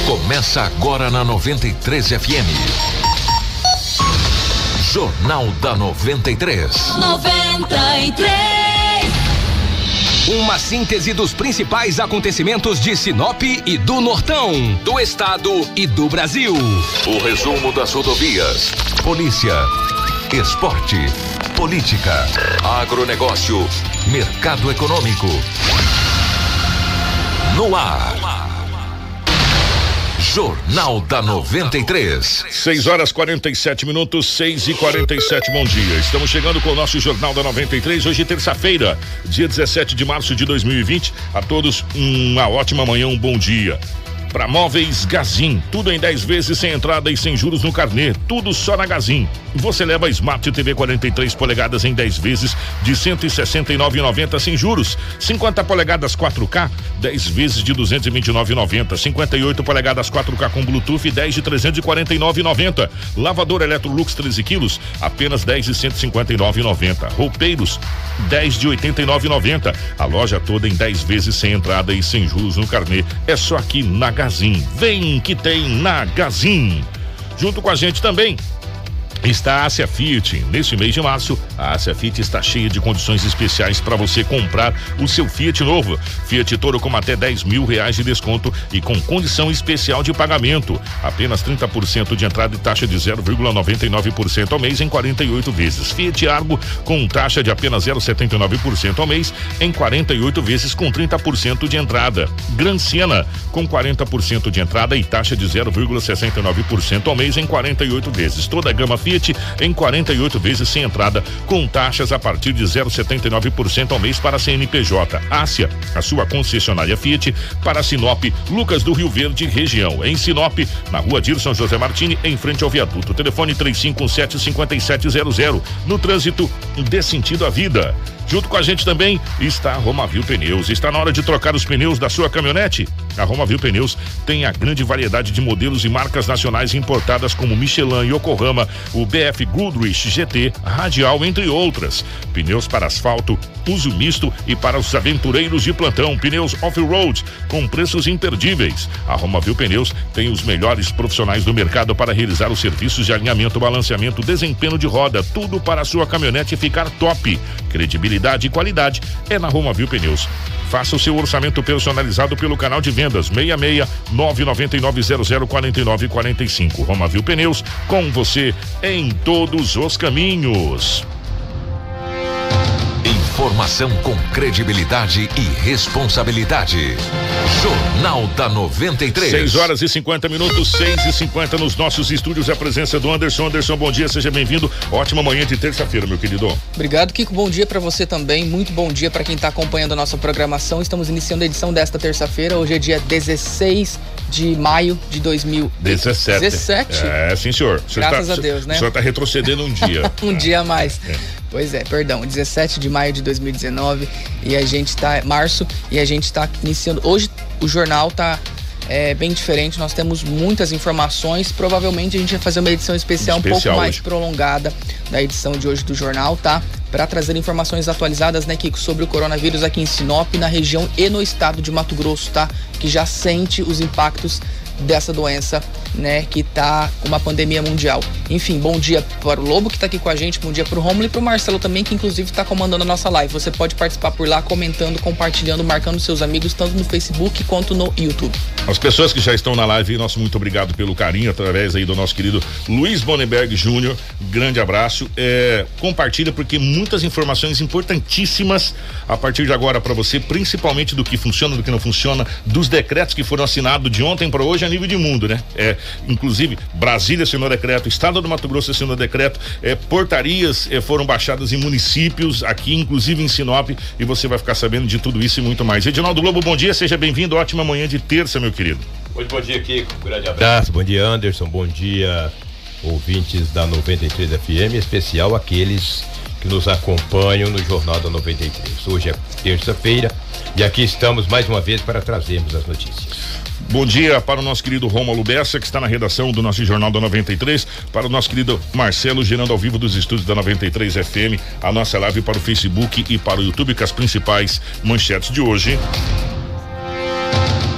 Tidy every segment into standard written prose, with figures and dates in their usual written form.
Começa agora na 93 FM. Jornal da 93. 93. Uma síntese dos principais acontecimentos de Sinop e do Nortão, do estado e do Brasil. O resumo das rodovias, polícia, esporte, política, agronegócio, mercado econômico. No ar. Jornal da 93. 6h47, 6h47, bom dia. Estamos chegando com o nosso Jornal da 93, hoje terça-feira, dia 17 de março de 2020. A todos uma ótima manhã, um bom dia. Para Móveis Gazin, tudo em 10 vezes sem entrada e sem juros no carnê, tudo só na Gazin. Você leva a Smart TV 43 polegadas em 10 vezes de R$ 169,90 sem juros. 50 polegadas 4K, 10 vezes de R$ 229,90. 58 polegadas 4K com Bluetooth, 10 de R$ 349,90. Lavador Electrolux 13 quilos, apenas 10 de R$ 159,90. Roupeiros, 10 de R$ 89,90. A loja toda em 10 vezes sem entrada e sem juros no carnê. É só aqui na Gazin. Vem que tem na Gazin. Junto com a gente também está a Ásia Fiat. Neste mês de março, a Ásia Fiat está cheia de condições especiais para você comprar o seu Fiat novo. Fiat Toro com até R$ 10.000 de desconto e com condição especial de pagamento. Apenas 30% de entrada e taxa de 0,99% ao mês em 48 vezes. Fiat Argo com taxa de apenas 0,79% ao mês em 48 vezes com 30% de entrada. Gran Siena com 40% de entrada e taxa de 0,69% ao mês em 48 vezes. Toda a gama Fiat em 48 vezes sem entrada, com taxas a partir de 0,79% ao mês para CNPJ. Ásia, a sua concessionária Fiat para Sinop, Lucas do Rio Verde, região. Em Sinop, na rua Dirson José Martini, em frente ao viaduto. Telefone 3517-5700. No trânsito, dê sentido à vida. Junto com a gente também está a Romavil Pneus. Está na hora de trocar os pneus da sua caminhonete? A Romavil Pneus tem a grande variedade de modelos e marcas nacionais importadas como Michelin, Yokohama, o BF Goodrich GT, Radial, entre outras. Pneus para asfalto, uso misto e para os aventureiros de plantão. Pneus off-road com preços imperdíveis. A Romavil Pneus tem os melhores profissionais do mercado para realizar os serviços de alinhamento, balanceamento, desempenho de roda. Tudo para a sua caminhonete ficar top. Credibilidade e qualidade é na Romavil Pneus. Faça o seu orçamento personalizado pelo canal de vendas 66 999 00 49 45. Romavil Pneus, com você em todos os caminhos. Informação com credibilidade e responsabilidade. Jornal da 93. 6h50, 6h50 nos nossos estúdios. A presença do Anderson. Anderson, bom dia, seja bem-vindo. Ótima manhã de terça-feira, meu querido. Obrigado, Kiko. Bom dia para você também. Muito bom dia para quem está acompanhando a nossa programação. Estamos iniciando a edição desta terça-feira. Hoje é dia 16 de maio de 2017. 17? É, sim, senhor. Graças a Deus, né? O senhor está retrocedendo um dia. Um dia a mais. Pois é, perdão, 17 de maio de 2019 e a gente tá, março, e a gente tá iniciando, hoje o jornal tá bem diferente, nós temos muitas informações, provavelmente a gente vai fazer uma edição especial um pouco mais prolongada da edição de hoje do jornal, tá? Para trazer informações atualizadas, né, Kiko, sobre o coronavírus aqui em Sinop, na região e no estado de Mato Grosso, tá? Que já sente os impactos dessa doença, né, que tá com uma pandemia mundial. Enfim, bom dia para o Lobo que tá aqui com a gente, bom dia pro Rômulo e pro Marcelo também, que inclusive tá comandando a nossa live. Você pode participar por lá, comentando, compartilhando, marcando seus amigos, tanto no Facebook quanto no YouTube. As pessoas que já estão na live, nosso muito obrigado pelo carinho, através aí do nosso querido Luiz Bonenberg Júnior, grande abraço, compartilha porque muitas informações importantíssimas a partir de agora para você, principalmente do que funciona, do que não funciona, dos decretos que foram assinados de ontem para hoje a nível de mundo, né? Inclusive Brasília assinou decreto, Estado do Mato Grosso assinou decreto, portarias foram baixadas em municípios aqui, inclusive em Sinop, e você vai ficar sabendo de tudo isso e muito mais. Edinaldo Lobo, bom dia, seja bem-vindo, ótima manhã de terça, meu querido. Muito bom dia, Kiko, grande abraço, bom dia, Anderson, bom dia, ouvintes da 93 FM, especial aqueles que nos acompanham no Jornal da 93. Hoje é terça-feira e aqui estamos mais uma vez para trazermos as notícias. Bom dia para o nosso querido Rômulo Bessa, que está na redação do nosso Jornal da 93, para o nosso querido Marcelo, gerando ao vivo dos estúdios da 93 FM, a nossa live para o Facebook e para o YouTube, com as principais manchetes de hoje.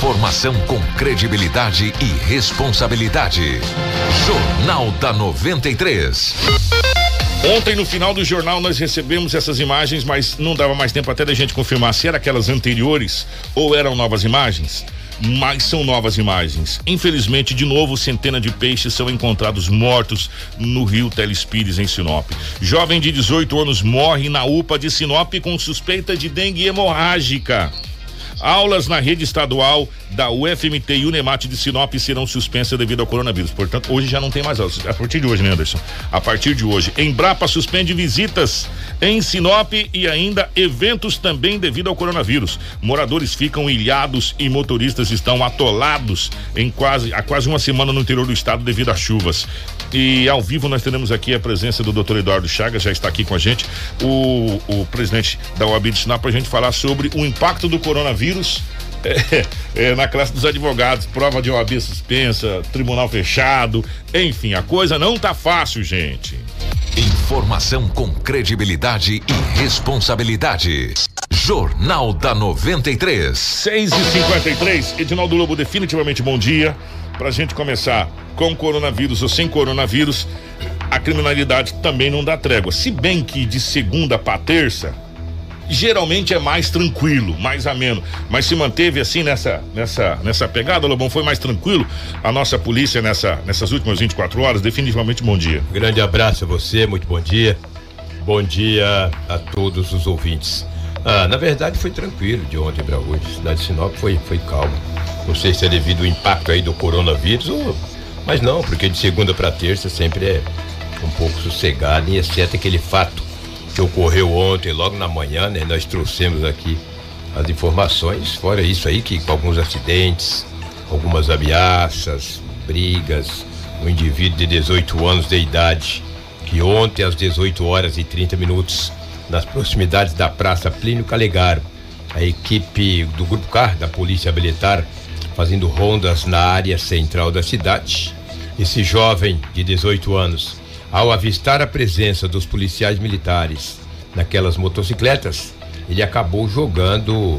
Informação com credibilidade e responsabilidade. Jornal da 93. Ontem, no final do jornal, nós recebemos essas imagens, mas não dava mais tempo até da gente confirmar se eram aquelas anteriores ou eram novas imagens. Mas são novas imagens. Infelizmente, de novo, centenas de peixes são encontrados mortos no rio Telespires, em Sinop. Jovem de 18 anos morre na UPA de Sinop com suspeita de dengue hemorrágica. Aulas na rede estadual da UFMT e Unemate de Sinop serão suspensas devido ao coronavírus. Portanto, hoje já não tem mais aulas. A partir de hoje, né, Anderson? A partir de hoje. Embrapa suspende visitas em Sinop e ainda eventos também devido ao coronavírus. Moradores ficam ilhados e motoristas estão atolados há quase uma semana no interior do estado devido às chuvas. E ao vivo nós teremos aqui a presença do Dr. Eduardo Chagas, já está aqui com a gente, o presidente da OAB de Sinop, para a gente falar sobre o impacto do coronavírus na classe dos advogados, prova de OAB suspensa, tribunal fechado, enfim, a coisa não tá fácil, gente. Informação com credibilidade e responsabilidade. Jornal da 93. 6h53, Edinaldo Lobo, definitivamente bom dia. Pra gente começar com coronavírus ou sem coronavírus, a criminalidade também não dá trégua. Se bem que de segunda pra terça, geralmente é mais tranquilo, mais ameno, mas se manteve assim nessa pegada, Lobão, foi mais tranquilo a nossa polícia nessas últimas 24 horas, definitivamente bom dia. Grande abraço a você, muito bom dia a todos os ouvintes. Na verdade foi tranquilo de ontem para hoje, a cidade de Sinop foi calma, não sei se é devido ao impacto aí do coronavírus mas não, porque de segunda para terça sempre é um pouco sossegado, e exceto aquele fato que ocorreu ontem, logo na manhã, né? Nós trouxemos aqui as informações, fora isso aí, que com alguns acidentes, algumas ameaças, brigas, um indivíduo de 18 anos de idade, que ontem às 18h30, nas proximidades da Praça Plínio Calegaro, a equipe do Grupo K, da Polícia Militar, fazendo rondas na área central da cidade. Esse jovem de 18 anos, ao avistar a presença dos policiais militares naquelas motocicletas, ele acabou jogando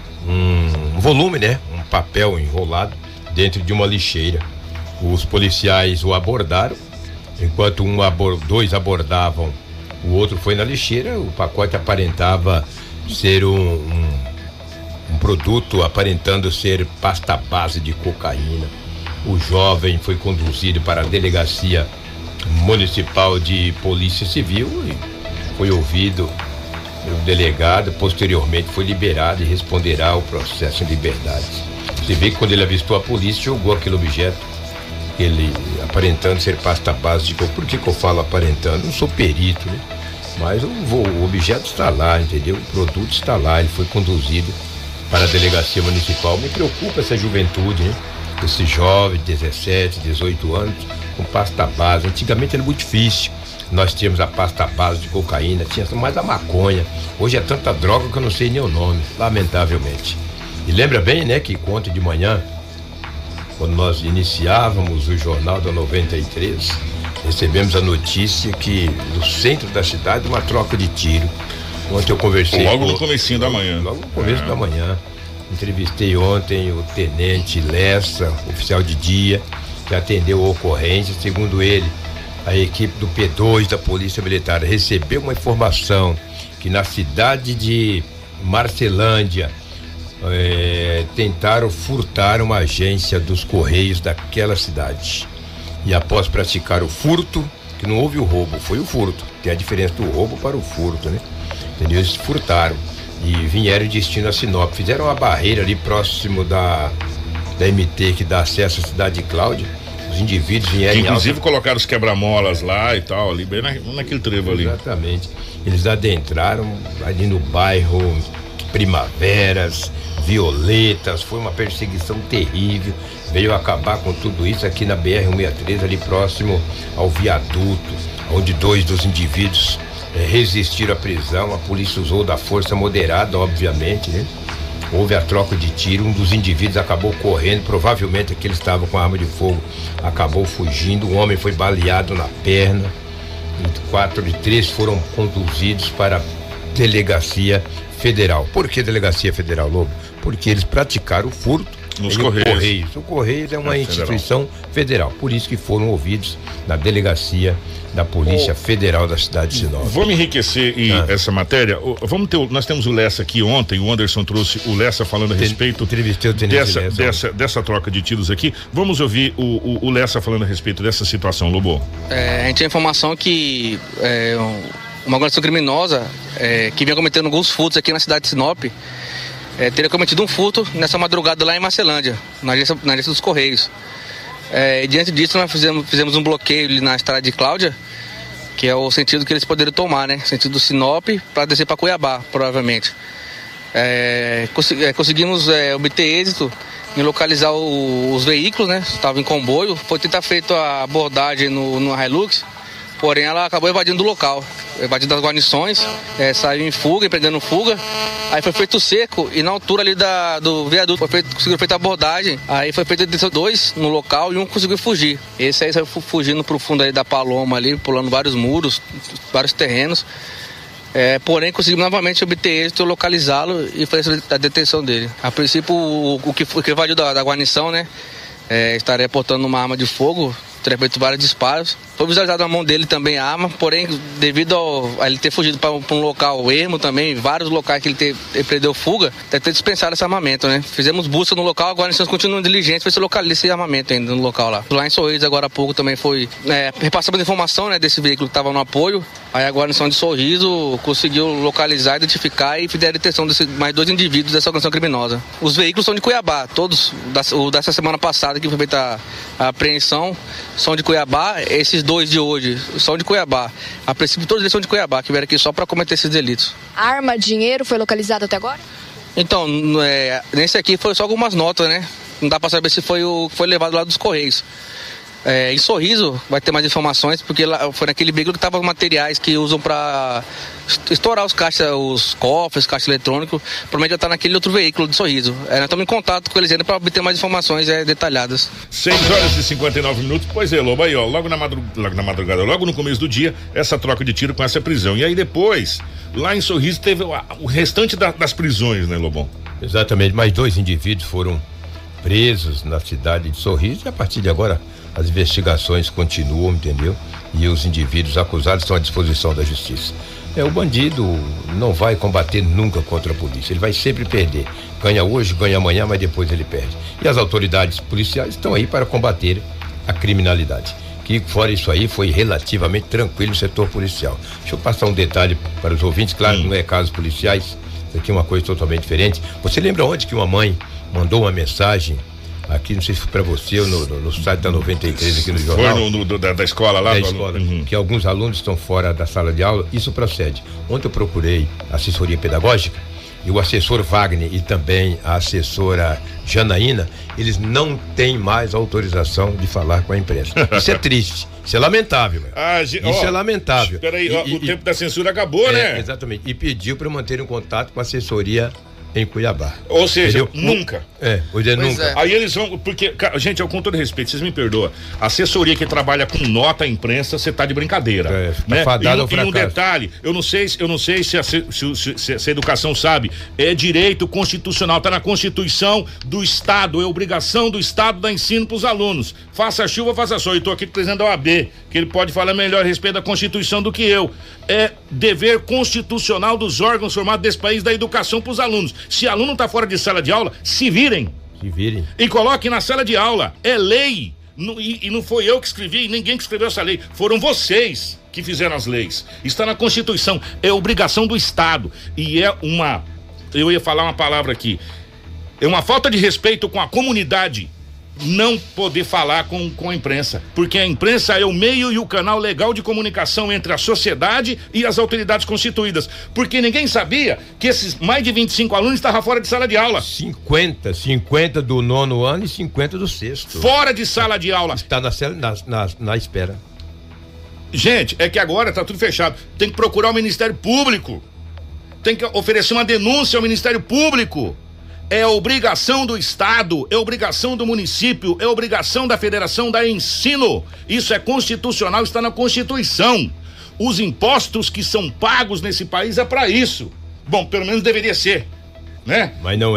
um volume, né? Um papel enrolado dentro de uma lixeira. Os policiais o abordaram, enquanto dois abordavam, o outro foi na lixeira. O pacote aparentava ser um produto aparentando ser pasta base de cocaína. O jovem foi conduzido para a delegacia municipal de Polícia Civil e foi ouvido o delegado, posteriormente foi liberado e responderá ao processo em liberdade. Você vê que quando ele avistou a polícia, jogou aquele objeto, ele aparentando ser pasta base de cocaína. Por que eu falo aparentando? Não sou perito, né? Mas o objeto está lá, entendeu? O produto está lá, ele foi conduzido para a delegacia municipal. Me preocupa essa juventude, né? Esse jovem, 17, 18 anos, com pasta base. Antigamente era muito difícil. Nós tínhamos a pasta base de cocaína, tinha mais a maconha. Hoje é tanta droga que eu não sei nem o nome, lamentavelmente. E lembra bem, né, que ontem de manhã, quando nós iniciávamos o Jornal da 93, recebemos a notícia que no centro da cidade uma troca de tiro. Ontem eu conversei logo no comecinho da manhã. Logo no começo da manhã. Entrevistei ontem o tenente Lessa, oficial de dia, que atendeu a ocorrência. Segundo ele, a equipe do P2 da Polícia Militar recebeu uma informação que na cidade de Marcelândia tentaram furtar uma agência dos Correios daquela cidade. E após praticar o furto, que não houve o roubo, foi o furto. Tem a diferença do roubo para o furto, né? Entendeu? Eles furtaram e vieram em destino a Sinop. Fizeram uma barreira ali próximo da MT que dá acesso à cidade de Cláudia. Os indivíduos vieram. Inclusive colocaram os quebra-molas lá e tal, ali bem naquele trevo ali. Exatamente. Eles adentraram ali no bairro Primaveras, Violetas, foi uma perseguição terrível. Veio acabar com tudo isso aqui na BR-163, ali próximo ao viaduto, onde dois dos indivíduos resistiram à prisão. A polícia usou da força moderada, obviamente, né? Houve a troca de tiro, um dos indivíduos acabou correndo, provavelmente que ele estava com arma de fogo, acabou fugindo. Um homem foi baleado na perna, e 3 foram conduzidos para a delegacia federal. Por que delegacia federal, Lobo? Porque eles praticaram o furto Nos Correios. O Correios é uma instituição federal, por isso que foram ouvidos na delegacia da Polícia Federal da cidade de Sinop. Vamos enriquecer essa matéria. Nós temos o Lessa aqui ontem, o Anderson trouxe o Lessa falando a respeito dessa troca de tiros aqui. Vamos ouvir o Lessa falando a respeito dessa situação, Lobo. A gente tem informação que uma organização criminosa que vinha cometendo alguns furtos aqui na cidade de Sinop teria cometido um furto nessa madrugada lá em Marcelândia, na agência dos Correios. Diante disso, nós fizemos um bloqueio ali na estrada de Cláudia, que é o sentido que eles poderiam tomar, né? Sentido do Sinop para descer para Cuiabá, provavelmente. Conseguimos obter êxito em localizar os veículos, né? Estavam em comboio. Foi tentar feita a abordagem no Hilux, porém ela acabou evadindo do local, evadindo das guarnições, saiu em fuga, empreendendo fuga. Aí foi feito o cerco e na altura ali do viaduto conseguiu feita a abordagem. Aí foi feito dois no local e um conseguiu fugir. Esse aí saiu fugindo pro fundo ali da Paloma ali, pulando vários muros, vários terrenos. Porém conseguimos novamente obter êxito, localizá-lo e fazer a detenção dele. A princípio o que evadiu da guarnição, né? Estaria portando uma arma de fogo, teria feito vários disparos. Foi visualizado na mão dele também a arma, porém, devido a ele ter fugido para um local ermo também, vários locais que ele perdeu fuga, deve ter dispensado esse armamento, né? Fizemos busca no local, agora nós continuamos diligentes para ver se localiza esse armamento ainda no local lá. Lá em Sorriso, agora há pouco também foi repassamos informação, né, desse veículo que estava no apoio. Aí a guarnição de Sorriso conseguiu localizar, identificar e fizeram a detenção de mais 2 indivíduos dessa organização criminosa. Os veículos são de Cuiabá, todos dessa semana passada que foi feita a apreensão são de Cuiabá. Esses 2 de hoje são de Cuiabá. A princípio todos eles são de Cuiabá, que vieram aqui só para cometer esses delitos. Arma, dinheiro foi localizado até agora? Então, nesse aqui foi só algumas notas, né? Não dá para saber se foi o que foi levado lá dos Correios. Em Sorriso vai ter mais informações, porque lá foi naquele veículo que estavam materiais que usam para estourar os caixas, os cofres, caixa eletrônico. Provavelmente já está naquele outro veículo de Sorriso. Nós estamos em contato com eles ainda para obter mais informações detalhadas. 6h59. Pois é, Lobo, aí ó, logo na madrugada, logo no começo do dia, essa troca de tiro com essa prisão. E aí depois, lá em Sorriso teve o restante das prisões, né, Lobão? Exatamente, mais 2 indivíduos foram presos na cidade de Sorriso e a partir de agora as investigações continuam, entendeu? E os indivíduos acusados estão à disposição da justiça. O bandido não vai combater nunca contra a polícia, ele vai sempre perder. Ganha hoje, ganha amanhã, mas depois ele perde. E as autoridades policiais estão aí para combater a criminalidade. Que fora isso aí foi relativamente tranquilo o setor policial. Deixa eu passar um detalhe para os ouvintes, claro que não é casos policiais, isso aqui é uma coisa totalmente diferente. Você lembra onde que uma mãe mandou uma mensagem aqui, não sei se foi para você ou no site da 93 aqui no jornal. Foi da escola lá? Da escola, que alguns alunos estão fora da sala de aula, isso procede. Ontem eu procurei assessoria pedagógica e o assessor Wagner e também a assessora Janaína, eles não têm mais autorização de falar com a imprensa. Isso é triste, isso é lamentável. Isso é lamentável. Espera aí, o tempo da censura acabou, né? Exatamente, e pediu para manter um contato com a assessoria em Cuiabá. Ou seja, nunca. Hoje é nunca. Aí eles vão, porque, gente, com todo respeito, vocês me perdoam, a assessoria que trabalha com nota à imprensa, você tá de brincadeira. Né? E um detalhe, eu não sei se a educação sabe, é direito constitucional, tá na Constituição do Estado, é obrigação do Estado dar ensino pros alunos. Faça chuva, faça sol. Eu tô aqui com o presidente da OAB, que ele pode falar melhor a respeito da Constituição do que eu. É dever constitucional dos órgãos formados desse país da educação pros alunos. Se aluno tá fora de sala de aula, se virem. E coloque na sala de aula. É lei. E não foi eu que escrevi, ninguém que escreveu essa lei. Foram vocês que fizeram as leis. Está na Constituição. É obrigação do Estado. E eu ia falar uma palavra aqui. É uma falta de respeito com a comunidade não poder falar com a imprensa, porque a imprensa é o meio e o canal legal de comunicação entre a sociedade e as autoridades constituídas, porque ninguém sabia que esses mais de 25 alunos estavam fora de sala de aula. 50 do 9º ano e 50 do 6º. Fora de sala de aula. Está na espera. Gente, é que agora tá tudo fechado, tem que procurar o Ministério Público, tem que oferecer uma denúncia ao Ministério Público. É obrigação do Estado, é obrigação do município, é obrigação da federação dar ensino. Isso é constitucional, está na Constituição. Os impostos que são pagos nesse país é para isso. Bom, pelo menos deveria ser, né? Mas não é.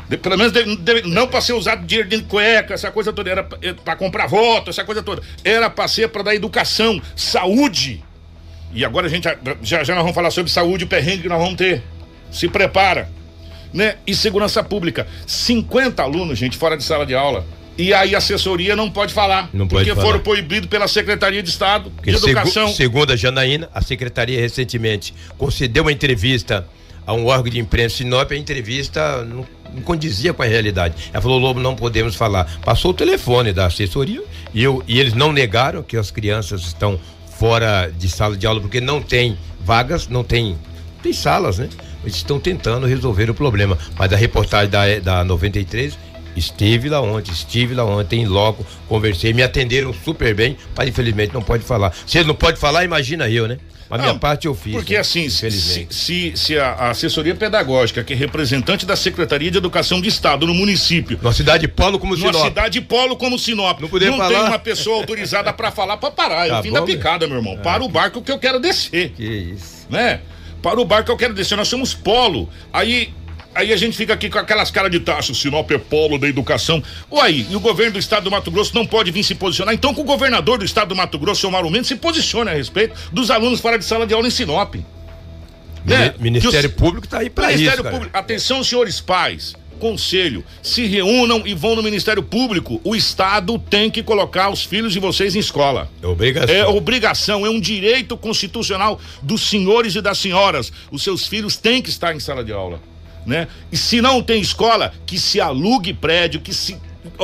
Pelo menos não para ser usado dinheiro de cueca, essa coisa toda, era para comprar voto, essa coisa toda. Era para ser para dar educação, saúde. E agora a gente já nós vamos falar sobre saúde, o perrengue que nós vamos ter. Se prepara, né? E segurança pública. 50 alunos, gente, fora de sala de aula. E aí a assessoria não pode falar. Não pode falar. Porque foram proibidos pela Secretaria de Estado de Educação. Segundo a Janaína, a Secretaria recentemente concedeu uma entrevista a um órgão de imprensa Sinop. A entrevista não condizia com a realidade. Ela falou: Lobo, não podemos falar. Passou o telefone da assessoria e eles não negaram que as crianças estão fora de sala de aula porque não tem vagas, não tem salas, né? Eles estão tentando resolver o problema. Mas a reportagem da 93 estive lá ontem, em loco, conversei, me atenderam super bem, mas infelizmente não pode falar. Se ele não pode falar, imagina eu, né? A minha parte eu fiz. Porque, né? Assim, se a assessoria pedagógica, que é representante da Secretaria de Educação de Estado no município. Numa cidade polo como Sinop. Numa cidade polo como Sinop. Não tem uma pessoa autorizada pra falar, pra parar. Tá, eu vim da picada, meu irmão. Para o barco que eu quero descer. Que isso. Né? Para o barco que eu quero descer. Nós somos polo. Aí a gente fica aqui com aquelas caras de tacho, Sinop é polo da educação. Uai, e o governo do estado do Mato Grosso não pode vir se posicionar? Então que o governador do estado do Mato Grosso, seu Mauro Mendes, se posicione a respeito dos alunos fora de sala de aula em Sinop. Né? Ministério Público tá aí pra isso, Ministério Público, atenção, senhores pais, conselho, se reúnam e vão no Ministério Público. O estado tem que colocar os filhos de vocês em escola. É obrigação. É obrigação, é um direito constitucional dos senhores e das senhoras. Os seus filhos têm que estar em sala de aula. Né? E se não tem escola, que se alugue prédio, que se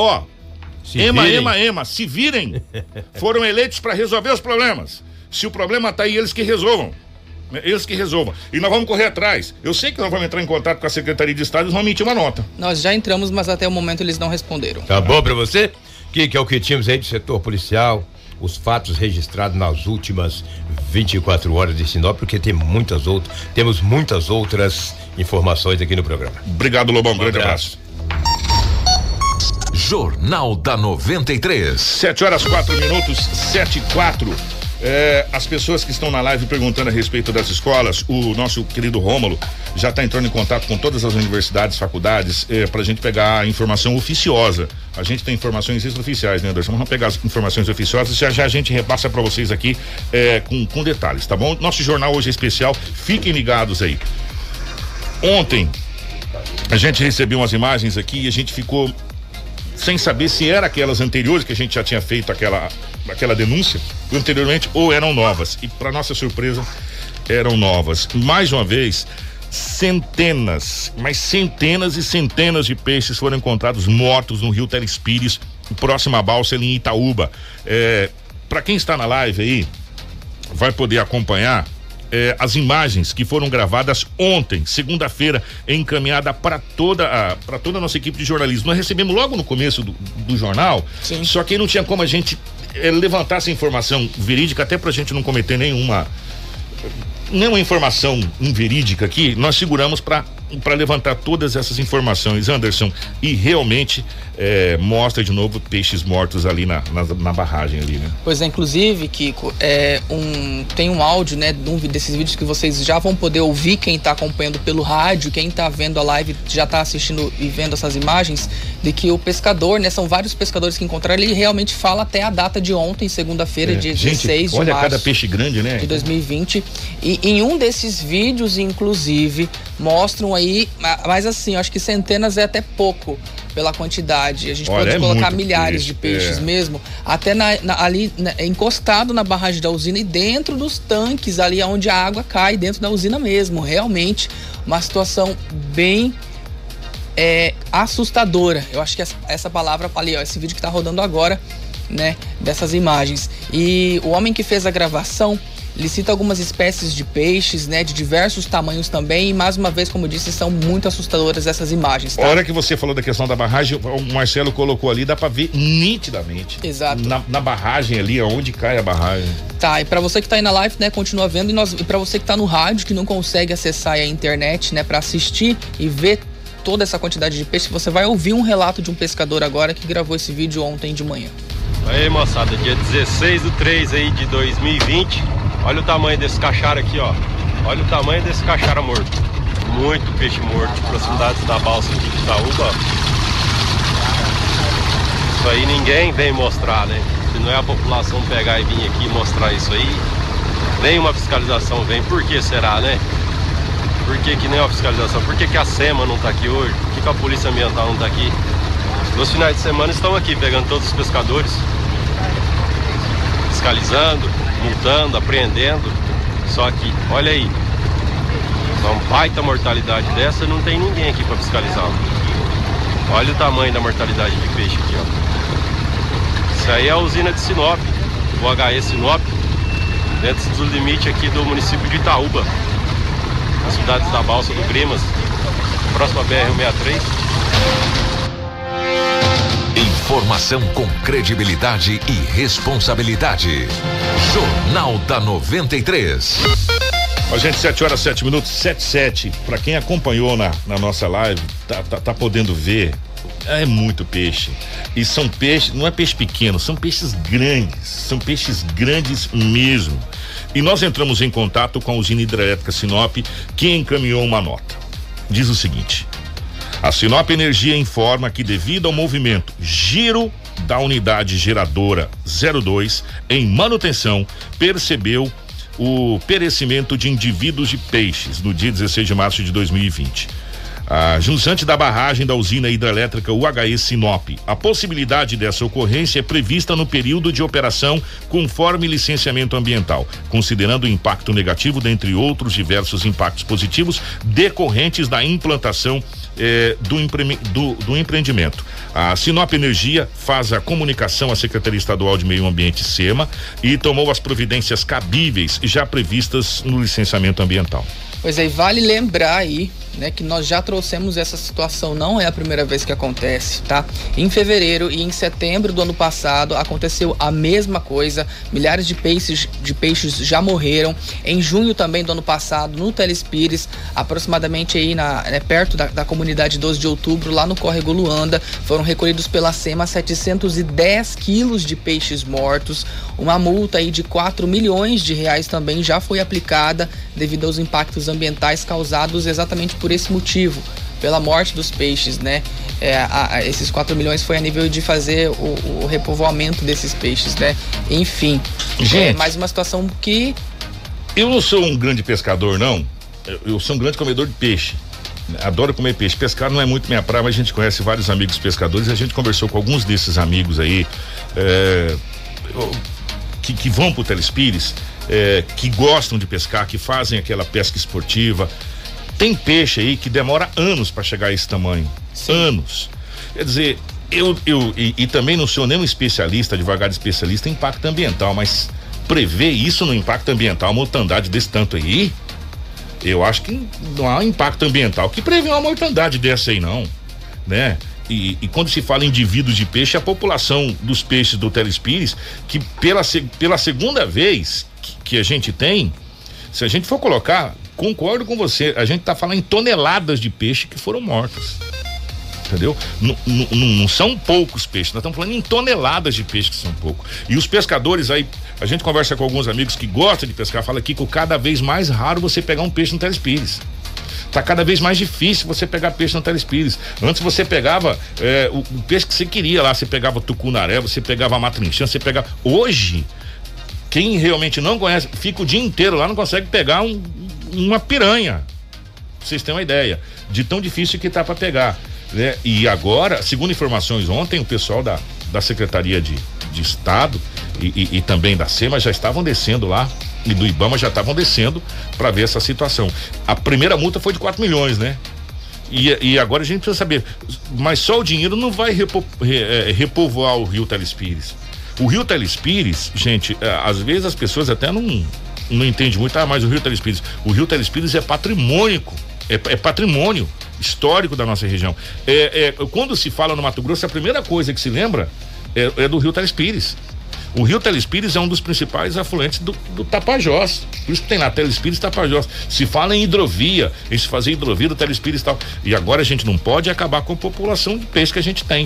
se virem. Foram eleitos para resolver os problemas. Se o problema tá aí, eles que resolvam. E nós vamos correr atrás. Eu sei que nós vamos entrar em contato com a Secretaria de Estado, eles vão emitir uma nota. Nós já entramos, mas até o momento eles não responderam. Tá bom pra você? Que é o que tínhamos aí do setor policial, os fatos registrados nas últimas 24 horas de Sinop, porque temos muitas outras informações aqui no programa. Obrigado, Lobão. Grande abraço. Jornal da 93. 7h04, 7h04. As pessoas que estão na live perguntando a respeito das escolas, o nosso querido Rômulo já está entrando em contato com todas as universidades, faculdades, para a gente pegar a informação oficiosa. A gente tem informações extraoficiais, né, Anderson? Vamos pegar as informações oficiosas e já a gente repassa para vocês aqui com detalhes, tá bom? Nosso jornal hoje é especial, fiquem ligados aí. Ontem a gente recebeu umas imagens aqui e a gente ficou sem saber se eram aquelas anteriores que a gente já tinha feito aquela denúncia anteriormente ou eram novas. E para nossa surpresa, eram novas. Mais uma vez, centenas e centenas de peixes foram encontrados mortos no rio Telespires, próximo à balsa ali em Itaúba. Para quem está na live aí, vai poder acompanhar as imagens que foram gravadas ontem, segunda-feira, encaminhada para toda a nossa equipe de jornalismo. Nós recebemos logo no começo do jornal. Sim. Só que não tinha como a gente levantar essa informação verídica, até pra gente não cometer nenhuma informação inverídica aqui. Nós seguramos para levantar todas essas informações, Anderson, e realmente mostra de novo peixes mortos ali na barragem ali, né? Pois é, inclusive, Kiko, tem um áudio, né, desses vídeos que vocês já vão poder ouvir, quem tá acompanhando pelo rádio, quem tá vendo a live já tá assistindo e vendo essas imagens, de que o pescador, né, são vários pescadores que encontraram, ele realmente fala até a data de ontem, segunda-feira, dia 16 de março. Olha cada peixe grande, né? De 2020. E em um desses vídeos, inclusive, mostram aí, mas assim, eu acho que centenas é até pouco pela quantidade. A gente pode colocar milhares de peixes mesmo, até ali encostado na barragem da usina e dentro dos tanques ali onde a água cai dentro da usina mesmo. Realmente uma situação bem assustadora. Eu acho que essa palavra ali, ó, esse vídeo que tá rodando agora, né, dessas imagens. E o homem que fez a gravação, ele cita algumas espécies de peixes, né, de diversos tamanhos também, e mais uma vez, como eu disse, são muito assustadoras essas imagens, tá? A hora que você falou da questão da barragem, o Marcelo colocou ali, dá pra ver nitidamente. Exato. Na barragem ali, onde cai a barragem. Tá, e pra você que tá aí na live, né, continua vendo, e pra você que tá no rádio, que não consegue acessar a internet, né, pra assistir e ver toda essa quantidade de peixe, você vai ouvir um relato de um pescador agora que gravou esse vídeo ontem de manhã. Aí, moçada, dia 16/3 aí de 2020, olha o tamanho desse cachara aqui, ó. Olha o tamanho desse cachara morto. muito peixe morto, proximidades da balsa aqui de Itaúba. Isso aí ninguém vem mostrar, né? Se não é a população pegar e vir aqui e mostrar isso aí, nenhuma fiscalização vem. Por que será, né? Por que nem uma fiscalização? Por que a SEMA não está aqui hoje? Por que a Polícia Ambiental não está aqui? Nos finais de semana estão aqui pegando todos os pescadores, fiscalizando, multando, apreendendo. Só que, olha aí, uma baita mortalidade dessa, não tem ninguém aqui para fiscalizar. Olha o tamanho da mortalidade de peixe aqui, ó. Isso aí é a usina de Sinop, o HE Sinop, dentro do limite aqui do município de Itaúba, nas cidades da Balsa do Grimas, próximo à BR-163. Informação com credibilidade e responsabilidade. Jornal da 93. Ó, gente, 7h07, 7h07. Pra quem acompanhou na nossa live, tá podendo ver. É muito peixe. E são peixes, não é peixe pequeno, são peixes grandes. São peixes grandes mesmo. E nós entramos em contato com a usina hidrelétrica Sinop, que encaminhou uma nota. Diz o seguinte: a Sinop Energia informa que, devido ao movimento giro da unidade geradora 02 em manutenção, percebeu o perecimento de indivíduos de peixes no dia 16 de março de 2020. A jusante da barragem da usina hidrelétrica UHE Sinop. A possibilidade dessa ocorrência é prevista no período de operação conforme licenciamento ambiental, considerando o impacto negativo dentre outros diversos impactos positivos decorrentes da implantação do empreendimento. A Sinop Energia faz a comunicação à Secretaria Estadual de Meio Ambiente, SEMA, e tomou as providências cabíveis já previstas no licenciamento ambiental. Pois é, vale lembrar aí, né, que nós já trouxemos essa situação, não é a primeira vez que acontece, tá? Em fevereiro e em setembro do ano passado aconteceu a mesma coisa, milhares de peixes já morreram. Em junho também do ano passado, no Telespires, aproximadamente aí perto da comunidade 12 de outubro, lá no córrego Luanda, foram recolhidos pela SEMA 710 quilos de peixes mortos. Uma multa aí de 4 milhões de reais também já foi aplicada devido aos impactos ambientais causados exatamente por esse motivo, pela morte dos peixes, né? Esses 4 milhões foi a nível de fazer o repovoamento desses peixes, né? Enfim, gente, mais uma situação que... Eu não sou um grande pescador, não. Eu sou um grande comedor de peixe. Adoro comer peixe. Pescar não é muito minha praia, mas a gente conhece vários amigos pescadores e a gente conversou com alguns desses amigos aí que vão pro Telespires, que gostam de pescar, que fazem aquela pesca esportiva. Tem peixe aí que demora anos para chegar a esse tamanho. Sim. Anos. Quer dizer, eu também não sou nenhum especialista, advogado especialista em impacto ambiental, mas prever isso no impacto ambiental, uma mortandade desse tanto aí, eu acho que não há impacto ambiental que prevê uma mortandade dessa aí, não, né? E quando se fala em indivíduos de peixe, a população dos peixes do Telespires, que pela segunda vez que a gente tem, se a gente for colocar, concordo com você, a gente tá falando em toneladas de peixe que foram mortos, entendeu? Não são poucos peixes, nós estamos falando em toneladas de peixe que são poucos. E os pescadores aí, a gente conversa com alguns amigos que gostam de pescar, fala aqui que cada vez mais raro você pegar um peixe no Telespires. Tá cada vez mais difícil você pegar peixe no Telespires. Antes você pegava o peixe que você queria lá, você pegava tucunaré, você pegava matrinchã, você pegava. Hoje, quem realmente não conhece, fica o dia inteiro lá, não consegue pegar uma piranha. Pra vocês terem uma ideia de tão difícil que tá para pegar, né? E agora, segundo informações ontem, o pessoal da Secretaria de Estado e também da SEMA já estavam descendo lá, e do IBAMA já estavam descendo para ver essa situação. A primeira multa foi de 4 milhões, né? E agora a gente precisa saber, mas só o dinheiro não vai repovoar o Rio Telespires. O Rio Telespires, gente, às vezes as pessoas até não entendem muito, mas o Rio Telespires é patrimônio, é patrimônio histórico da nossa região. Quando se fala no Mato Grosso, a primeira coisa que se lembra é do Rio Telespires. O Rio Telespires é um dos principais afluentes do Tapajós. Por isso que tem lá Telespires e Tapajós. Se fala em hidrovia, em se fazer hidrovia do Telespires e tal. E agora a gente não pode acabar com a população de peixe que a gente tem.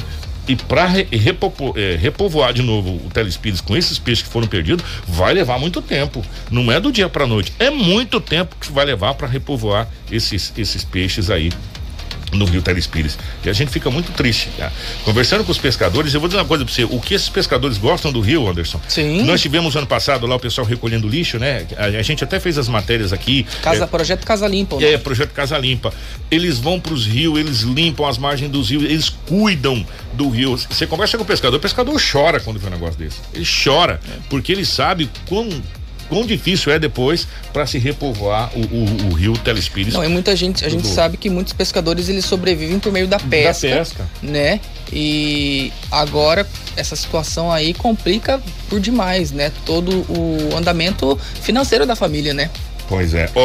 E para repovoar de novo o Telespires com esses peixes que foram perdidos, vai levar muito tempo. Não é do dia para noite, é muito tempo que vai levar para repovoar esses peixes aí no Rio Telespires. E a gente fica muito triste, né? Conversando com os pescadores, eu vou dizer uma coisa pra você, o que esses pescadores gostam do rio, Anderson? Sim. Nós tivemos ano passado lá o pessoal recolhendo lixo, né? A gente até fez as matérias aqui. Projeto Casa Limpa. Né? Projeto Casa Limpa. Eles vão pros rios, eles limpam as margens dos rios, eles cuidam do rio. Você conversa com o pescador chora quando vê um negócio desse. Ele chora, porque ele sabe quão difícil é depois para se repovoar o rio Telespires. Não, e muita gente, a gente sabe que muitos pescadores eles sobrevivem por meio da pesca, né? E agora essa situação aí complica por demais, né? Todo o andamento financeiro da família, né? Pois é.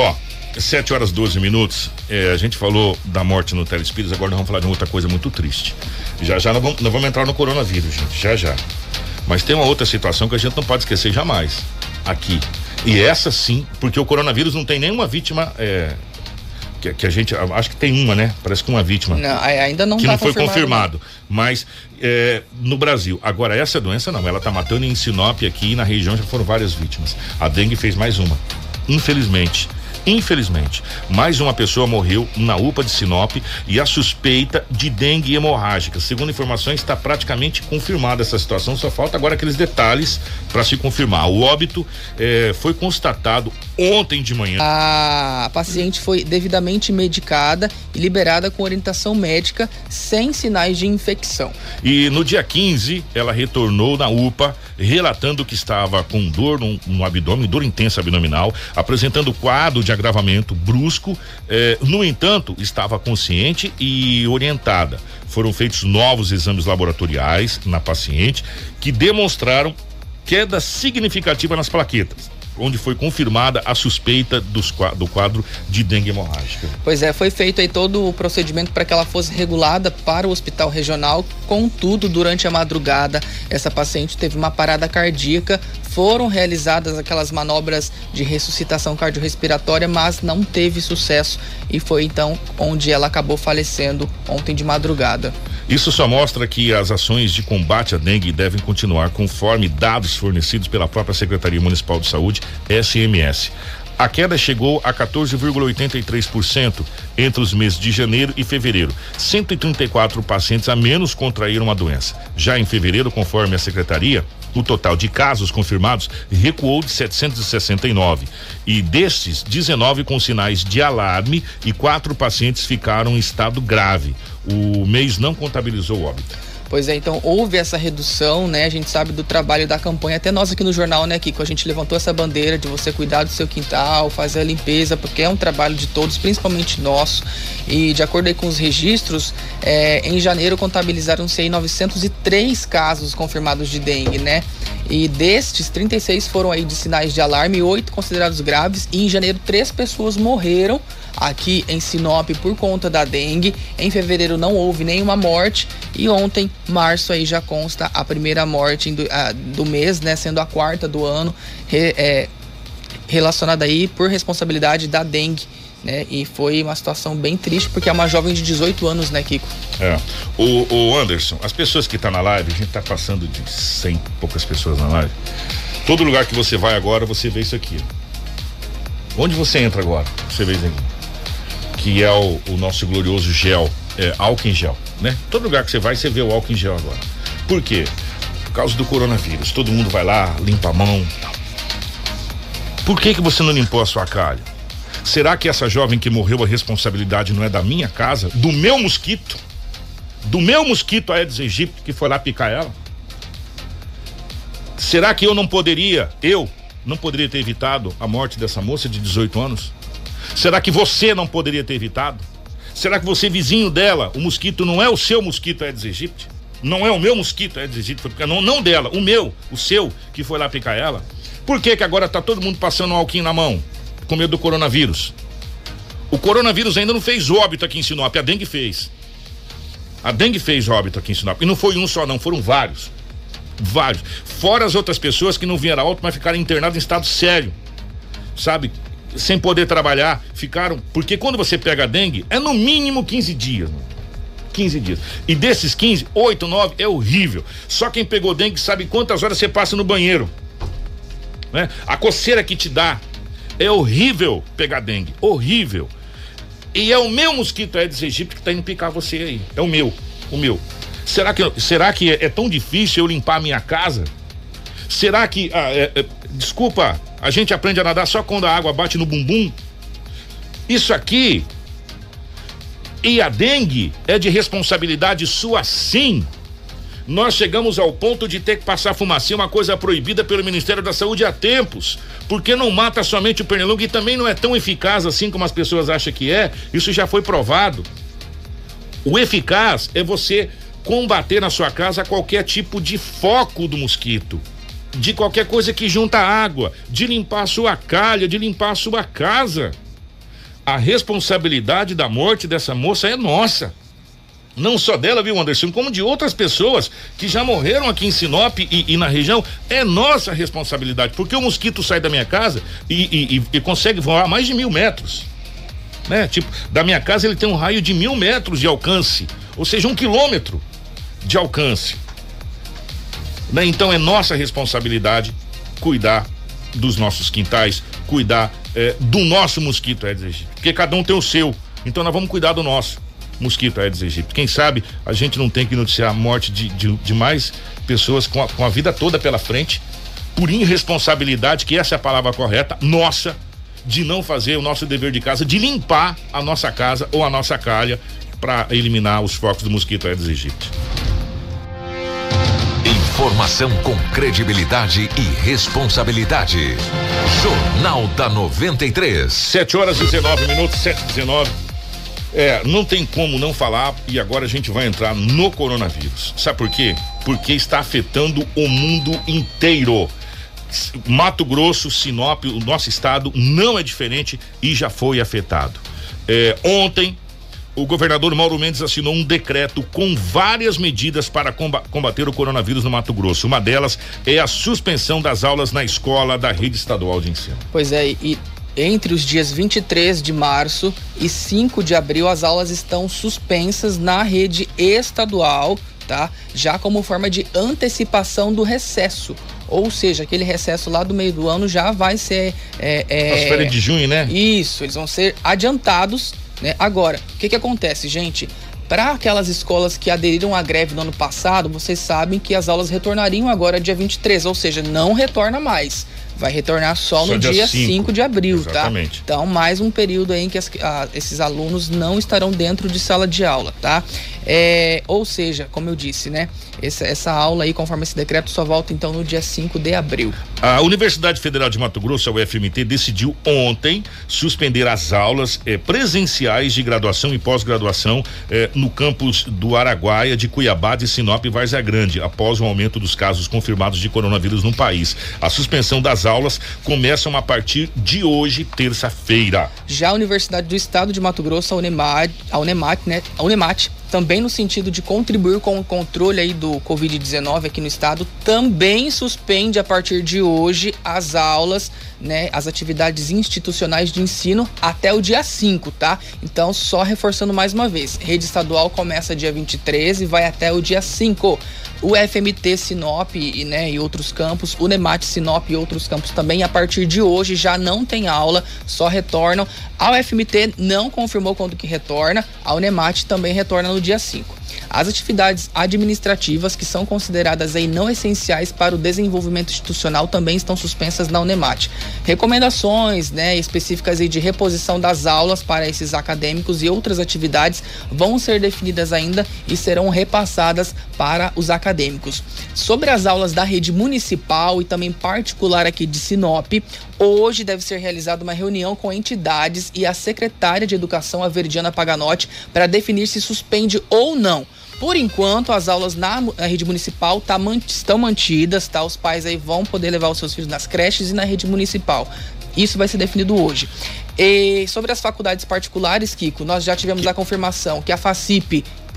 7h12. A gente falou da morte no Telespires, agora nós vamos falar de outra coisa muito triste. Já nós vamos entrar no coronavírus, gente, já. Mas tem uma outra situação que a gente não pode esquecer jamais aqui. E essa sim, porque o coronavírus não tem nenhuma vítima, que a gente, acho que tem uma, né? Parece que uma vítima. Não, ainda não que tá não foi confirmado. Né? Mas no Brasil, agora essa doença não, ela tá matando em Sinop aqui na região, já foram várias vítimas. A dengue fez mais uma, infelizmente, mais uma pessoa morreu na UPA de Sinop e a suspeita de dengue hemorrágica. Segundo informações, está praticamente confirmada essa situação, só falta agora aqueles detalhes para se confirmar. O óbito foi constatado ontem de manhã. A paciente foi devidamente medicada e liberada com orientação médica sem sinais de infecção. E no dia 15, ela retornou na UPA, relatando que estava com dor no abdômen, dor intensa abdominal, apresentando quadro de agravamento brusco. No entanto, estava consciente e orientada. Foram feitos novos exames laboratoriais na paciente que demonstraram queda significativa nas plaquetas, onde foi confirmada a suspeita do quadro de dengue hemorrágica. Pois é, foi feito aí todo o procedimento para que ela fosse regulada para o hospital regional. Contudo, durante a madrugada, essa paciente teve uma parada cardíaca. Foram realizadas aquelas manobras de ressuscitação cardiorrespiratória, mas não teve sucesso e foi então onde ela acabou falecendo ontem de madrugada. Isso só mostra que as ações de combate à dengue devem continuar conforme dados fornecidos pela própria Secretaria Municipal de Saúde, SMS. A queda chegou a 14,83% entre os meses de janeiro e fevereiro. 134 pacientes a menos contraíram a doença. Já em fevereiro, conforme a secretaria, o total de casos confirmados recuou de 769 e destes 19 com sinais de alarme e 4 pacientes ficaram em estado grave. O mês não contabilizou óbito. Pois é, então houve essa redução, né? A gente sabe do trabalho da campanha, até nós aqui no jornal, né, Kiko? A gente levantou essa bandeira de você cuidar do seu quintal, fazer a limpeza, porque é um trabalho de todos, principalmente nosso. E de acordo aí com os registros, em janeiro contabilizaram-se aí 903 casos confirmados de dengue, né? E destes, 36 foram aí de sinais de alarme, 8 considerados graves, e em janeiro 3 pessoas morreram aqui em Sinop por conta da dengue. Em fevereiro não houve nenhuma morte e ontem, março, aí já consta a primeira morte do mês, né, sendo a 4ª do ano, relacionada aí por responsabilidade da dengue, né? E foi uma situação bem triste porque é uma jovem de 18 anos, né, Kiko? O Anderson, as pessoas que estão na live, a gente tá passando de 100 e poucas pessoas na live. Todo lugar que você vai agora, você vê isso aqui. Onde você entra agora, você vê isso aqui, que é o nosso glorioso gel, álcool em gel, né? Todo lugar que você vai, você vê o álcool em gel agora. Por quê? Por causa do coronavírus. Todo mundo vai lá, limpa a mão. Por que você não limpou a sua calha? Será que essa jovem que morreu, a responsabilidade não é da minha casa? Do meu mosquito? Do meu mosquito Aedes aegypti que foi lá picar ela? Será que eu não poderia ter evitado a morte dessa moça de 18 anos? Será que você não poderia ter evitado? Será que você, vizinho dela, o mosquito não é o seu mosquito Aedes aegypti? Não é o meu mosquito Aedes aegypti, não dela, o seu, que foi lá picar ela? Por que agora tá todo mundo passando um álcool na mão? Com medo do coronavírus. O coronavírus ainda não fez óbito aqui em Sinop, a dengue fez. A dengue fez óbito aqui em Sinop. E não foi um só não, foram vários. Fora as outras pessoas que não vieram a óbito, mas ficaram internadas em estado sério. Sabe? Sem poder trabalhar, ficaram. Porque quando você pega a dengue, é no mínimo 15 dias. 15 dias. E desses 15, 8, 9 é horrível. Só quem pegou dengue sabe quantas horas você passa no banheiro, né? A coceira que te dá. É horrível pegar dengue, horrível. E é o meu mosquito Aedes aegypti que tá indo picar você aí. É o meu. Será que é tão difícil eu limpar a minha casa? Será que, desculpa, a gente aprende a nadar só quando a água bate no bumbum? Isso aqui e a dengue é de responsabilidade sua, sim. Nós chegamos ao ponto de ter que passar fumacinha, uma coisa proibida pelo Ministério da Saúde há tempos, porque não mata somente o pernilongo e também não é tão eficaz assim como as pessoas acham que é. Isso já foi provado. O eficaz é você combater na sua casa qualquer tipo de foco do mosquito, de qualquer coisa que junta água, de limpar a sua calha, de limpar a sua casa. A responsabilidade da morte dessa moça é nossa. Não só dela, viu, Anderson, como de outras pessoas que já morreram aqui em Sinop e na região. É nossa responsabilidade, porque o mosquito sai da minha casa e consegue voar mais de 1.000 metros, né? Tipo, da minha casa ele tem um raio de 1.000 metros de alcance, ou seja, 1 quilômetro de alcance, né? Então é nossa responsabilidade cuidar dos nossos quintais, cuidar do nosso mosquito Aedes aegypti, porque cada um tem o seu, então nós vamos cuidar do nosso mosquito Aedes aegypti. Quem sabe a gente não tem que noticiar a morte de mais pessoas com a vida toda pela frente, por irresponsabilidade, que essa é a palavra correta, nossa, de não fazer o nosso dever de casa, de limpar a nossa casa ou a nossa calha para eliminar os focos do mosquito Aedes aegypti. Informação com credibilidade e responsabilidade. Jornal da 93. 7h19, 7h19. Não tem como não falar, e agora a gente vai entrar no coronavírus. Sabe por quê? Porque está afetando o mundo inteiro. Mato Grosso, Sinop, o nosso estado não é diferente e já foi afetado. Ontem, o governador Mauro Mendes assinou um decreto com várias medidas para combater o coronavírus no Mato Grosso. Uma delas é a suspensão das aulas na escola da rede estadual de ensino. Pois é, e entre os dias 23 de março e 5 de abril, as aulas estão suspensas na rede estadual, tá? Já como forma de antecipação do recesso. Ou seja, aquele recesso lá do meio do ano já vai ser... As férias de junho, né? Isso, eles vão ser adiantados, né? Agora, o que acontece, gente? Para aquelas escolas que aderiram à greve no ano passado, vocês sabem que as aulas retornariam agora dia 23, ou seja, não retorna mais. Vai retornar só no dia 5 de abril, exatamente. Tá? Então, mais um período aí em que esses alunos não estarão dentro de sala de aula, tá? Ou seja, como eu disse, né? Essa aula aí, conforme esse decreto, só volta então no dia 5 de abril. A Universidade Federal de Mato Grosso, a UFMT, decidiu ontem suspender as aulas presenciais de graduação e pós-graduação no campus do Araguaia, de Cuiabá, de Sinop e Várzea Grande, após o aumento dos casos confirmados de coronavírus no país. A suspensão das aulas começam a partir de hoje, terça-feira. Já a Universidade do Estado de Mato Grosso, a Unemat, também no sentido de contribuir com o controle aí do Covid-19 aqui no estado, também suspende a partir de hoje as aulas, né, as atividades institucionais de ensino até o dia 5, tá? Então, só reforçando mais uma vez, rede estadual começa dia 23 e vai até o dia 5. O FMT Sinop e outros campos, o Unemat Sinop e outros campos também, a partir de hoje já não tem aula, só retornam. A UFMT não confirmou quando que retorna, a Unemat também retorna no dia 5. As atividades administrativas que são consideradas aí não essenciais para o desenvolvimento institucional também estão suspensas na Unemat. Recomendações, específicas aí de reposição das aulas para esses acadêmicos e outras atividades vão ser definidas ainda e serão repassadas para os acadêmicos. Sobre as aulas da rede municipal e também particular aqui de Sinop, hoje deve ser realizada uma reunião com entidades e a secretária de Educação, a Verdiana Paganotti, para definir se suspende ou não. Por enquanto, as aulas na rede municipal estão mantidas, tá? Os pais aí vão poder levar os seus filhos nas creches e na rede municipal. Isso vai ser definido hoje. E sobre as faculdades particulares, Kiko, nós já tivemos a confirmação que a FACIP,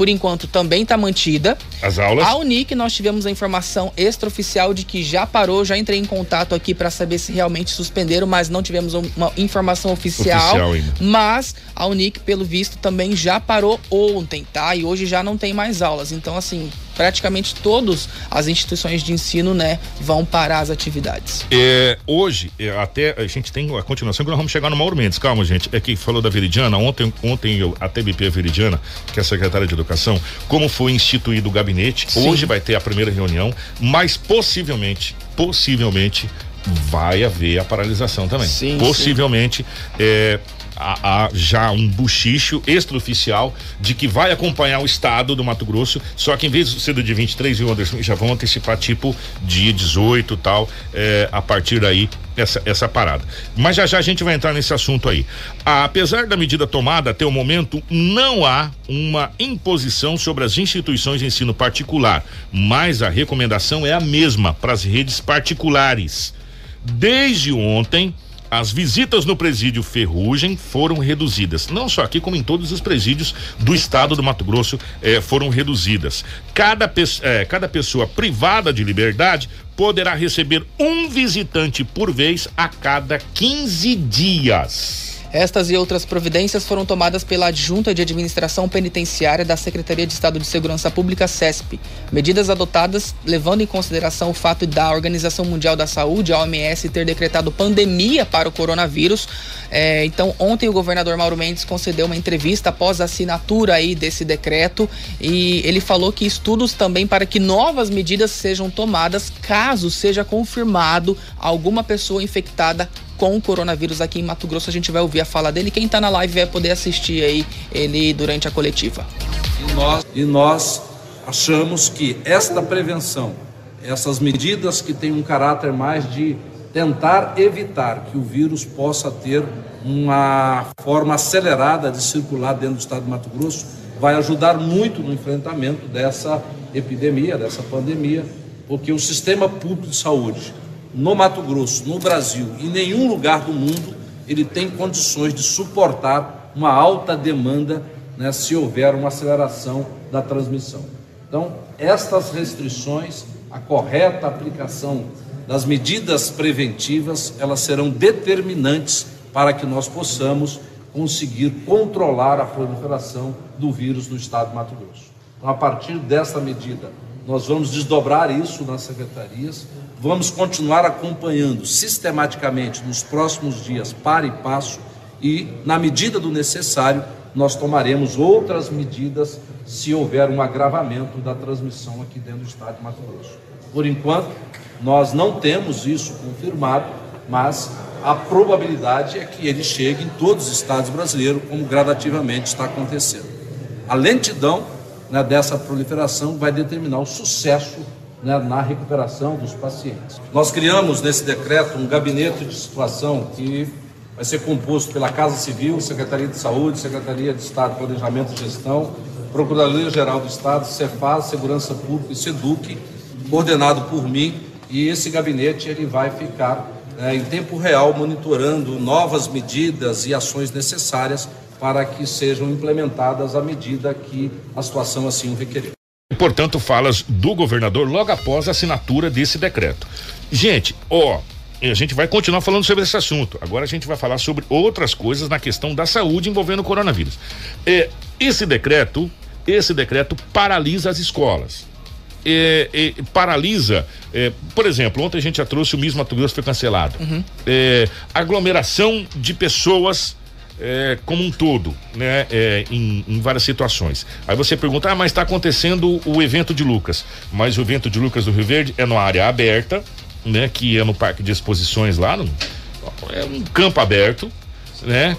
por enquanto, também está mantida. As aulas? A Unic, nós tivemos a informação extraoficial de que já parou, já entrei em contato aqui para saber se realmente suspenderam, mas não tivemos uma informação oficial ainda. Mas a Unic, pelo visto, também já parou ontem, tá? E hoje já não tem mais aulas. Então, assim, praticamente todas as instituições de ensino, né, vão parar as atividades. Hoje, até a gente tem a continuação que nós vamos chegar no Mauro Mendes. Calma, gente, é que falou da Veridiana. Ontem a TBP Veridiana, que é a secretária de Educação, como foi instituído o gabinete, sim, hoje vai ter a primeira reunião, mas possivelmente vai haver a paralisação também. Sim, possivelmente, há já um buchicho extraoficial de que vai acompanhar o estado do Mato Grosso, só que em vez de ser do dia 23, viu, Anderson, já vão antecipar tipo dia 18 e tal, a partir daí essa parada. Mas já a gente vai entrar nesse assunto aí. Apesar da medida tomada até o momento, não há uma imposição sobre as instituições de ensino particular, mas a recomendação é a mesma para as redes particulares. Desde ontem, as visitas no presídio Ferrugem foram reduzidas. Não só aqui, como em todos os presídios do estado do Mato Grosso foram reduzidas. Cada pessoa privada de liberdade poderá receber um visitante por vez a cada 15 dias. Estas e outras providências foram tomadas pela Adjunta de Administração Penitenciária da Secretaria de Estado de Segurança Pública, SESP. Medidas adotadas levando em consideração o fato da Organização Mundial da Saúde, a OMS, ter decretado pandemia para o coronavírus. Então, ontem o governador Mauro Mendes concedeu uma entrevista após a assinatura aí desse decreto e ele falou que estudos também para que novas medidas sejam tomadas caso seja confirmado alguma pessoa infectada com o coronavírus aqui em Mato Grosso. A gente vai ouvir a fala dele. Quem está na live vai poder assistir aí ele durante a coletiva. E nós achamos que esta prevenção, essas medidas que têm um caráter mais de tentar evitar que o vírus possa ter uma forma acelerada de circular dentro do estado de Mato Grosso, vai ajudar muito no enfrentamento dessa epidemia, dessa pandemia, porque o sistema público de saúde no Mato Grosso, no Brasil e em nenhum lugar do mundo, ele tem condições de suportar uma alta demanda, né, se houver uma aceleração da transmissão. Então, estas restrições, a correta aplicação das medidas preventivas, elas serão determinantes para que nós possamos conseguir controlar a proliferação do vírus no estado de Mato Grosso. Então, a partir dessa medida, nós vamos desdobrar isso nas secretarias, vamos continuar acompanhando sistematicamente nos próximos dias, para e passo, e, na medida do necessário, nós tomaremos outras medidas se houver um agravamento da transmissão aqui dentro do estado de Mato Grosso. Por enquanto, nós não temos isso confirmado, mas a probabilidade é que ele chegue em todos os estados brasileiros, como gradativamente está acontecendo. A lentidão, né, dessa proliferação vai determinar o sucesso, né, na recuperação dos pacientes. Nós criamos nesse decreto um gabinete de situação que vai ser composto pela Casa Civil, Secretaria de Saúde, Secretaria de Estado de Planejamento e Gestão, Procuradoria-Geral do Estado, Cefaz, Segurança Pública e SEDUC, coordenado por mim, e esse gabinete ele vai ficar em tempo real monitorando novas medidas e ações necessárias para que sejam implementadas à medida que a situação assim o requerer. Portanto, falas do governador logo após a assinatura desse decreto. Gente, a gente vai continuar falando sobre esse assunto. Agora a gente vai falar sobre outras coisas na questão da saúde envolvendo o coronavírus. Esse decreto paralisa as escolas. Paralisa, por exemplo, ontem a gente já trouxe o Miss Mato Grosso, foi cancelado. Aglomeração de pessoas como um todo, né? Em várias situações. Aí você pergunta, mas está acontecendo o evento de Lucas. Mas o evento de Lucas do Rio Verde é numa área aberta, né? Que é no Parque de Exposições lá, é um campo aberto, né?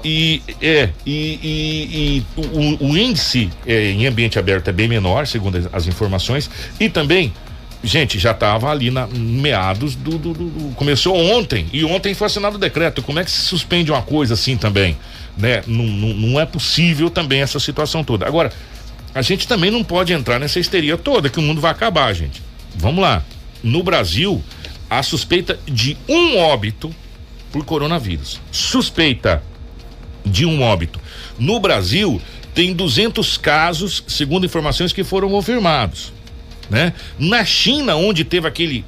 O índice em ambiente aberto é bem menor, segundo as informações, e também, gente, já estava ali em meados começou ontem, e ontem foi assinado o decreto. Como é que se suspende uma coisa assim também, né? Não é possível também essa situação toda. Agora, a gente também não pode entrar nessa histeria toda que o mundo vai acabar, gente. Vamos lá. No Brasil, há suspeita de um óbito por coronavírus. Suspeita de um óbito. No Brasil, tem 200 casos, segundo informações que foram confirmados, né? Na China, onde teve aquele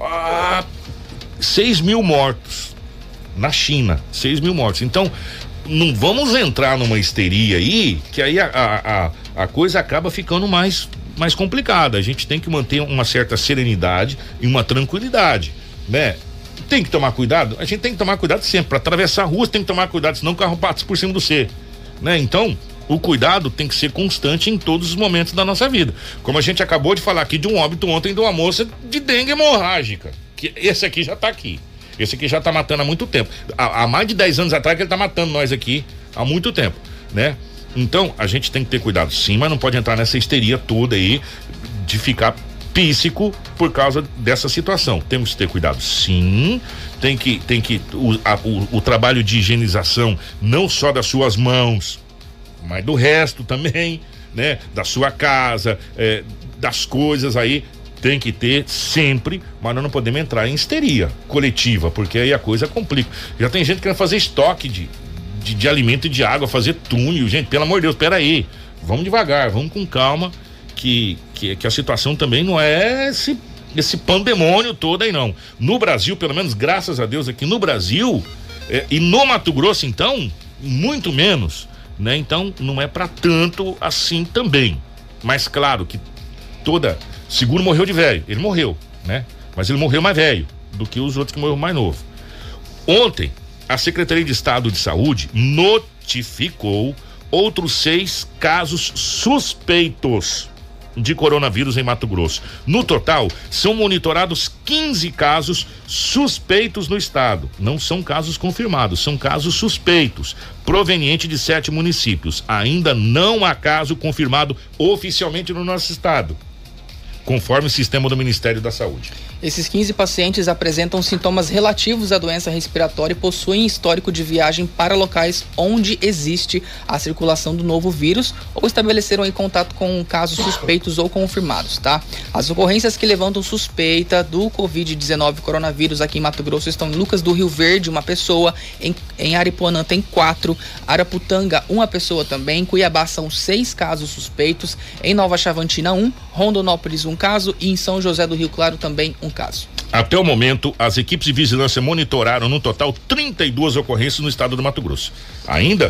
6 mil mortos, na China, 6 mil mortos. Então, não vamos entrar numa histeria aí, que aí a coisa acaba ficando mais complicada. A gente tem que manter uma certa serenidade e uma tranquilidade, né? Tem que tomar cuidado, a gente tem que tomar cuidado sempre. Para atravessar a rua, tem que tomar cuidado, senão o carro passa por cima do você, né? Então, o cuidado tem que ser constante em todos os momentos da nossa vida. Como a gente acabou de falar aqui de um óbito ontem de uma moça de dengue hemorrágica, que esse aqui já tá aqui. Esse aqui já tá matando há muito tempo. Há mais de 10 anos atrás que ele tá matando nós aqui há muito tempo, né? Então, a gente tem que ter cuidado sim, mas não pode entrar nessa histeria toda aí de ficar píssico por causa dessa situação. Temos que ter cuidado sim, tem que o trabalho de higienização não só das suas mãos, mas do resto também, né? Da sua casa, das coisas aí, tem que ter sempre, mas nós não podemos entrar em histeria coletiva, porque aí a coisa complica. Já tem gente querendo fazer estoque de alimento e de água, fazer túnel, gente, pelo amor de Deus, pera aí, vamos devagar, vamos com calma, que a situação também não é esse pandemônio todo aí não. No Brasil, pelo menos, graças a Deus, aqui no Brasil, e no Mato Grosso, então, muito menos, né? Então, não é pra tanto assim também, mas claro que Seguro morreu de velho, ele morreu, né? Mas ele morreu mais velho do que os outros que morreram mais novo. Ontem, a Secretaria de Estado de Saúde notificou outros 6 casos suspeitos de coronavírus em Mato Grosso. No total, são monitorados 15 casos suspeitos no estado. Não são casos confirmados, são casos suspeitos, provenientes de 7 municípios. Ainda não há caso confirmado oficialmente no nosso estado, conforme o sistema do Ministério da Saúde. Esses 15 pacientes apresentam sintomas relativos à doença respiratória e possuem histórico de viagem para locais onde existe a circulação do novo vírus ou estabeleceram em contato com casos suspeitos ou confirmados, tá? As ocorrências que levantam suspeita do Covid-19 coronavírus aqui em Mato Grosso estão em Lucas do Rio Verde, uma pessoa, em Aripuanã tem 4, Araputanga, uma pessoa também, em Cuiabá são 6 casos suspeitos, em Nova Chavantina 1, Rondonópolis 1 caso e em São José do Rio Claro também um caso. Até o momento, as equipes de vigilância monitoraram no total 32 ocorrências no estado do Mato Grosso. Ainda,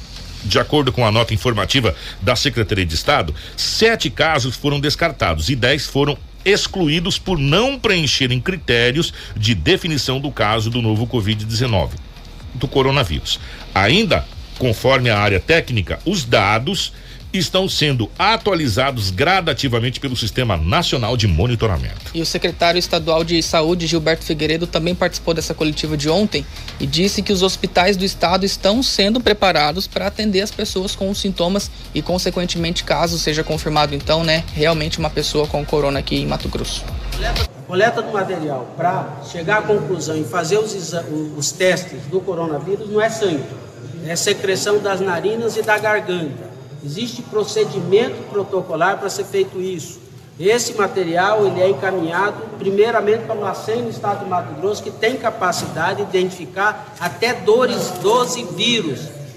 de acordo com a nota informativa da Secretaria de Estado, 7 casos foram descartados e 10 foram excluídos por não preencherem critérios de definição do caso do novo Covid-19, do coronavírus. Ainda, conforme a área técnica, os dados estão sendo atualizados gradativamente pelo Sistema Nacional de Monitoramento. E o secretário estadual de Saúde, Gilberto Figueiredo, também participou dessa coletiva de ontem e disse que os hospitais do estado estão sendo preparados para atender as pessoas com os sintomas e, consequentemente, caso seja confirmado, então, né, realmente uma pessoa com corona aqui em Mato Grosso. A coleta do material para chegar à conclusão e fazer os testes do coronavírus não é sangue, é secreção das narinas e da garganta. Existe procedimento protocolar para ser feito isso. Esse material ele é encaminhado primeiramente para o LACEN no estado de Mato Grosso, que tem capacidade de identificar até 12 vírus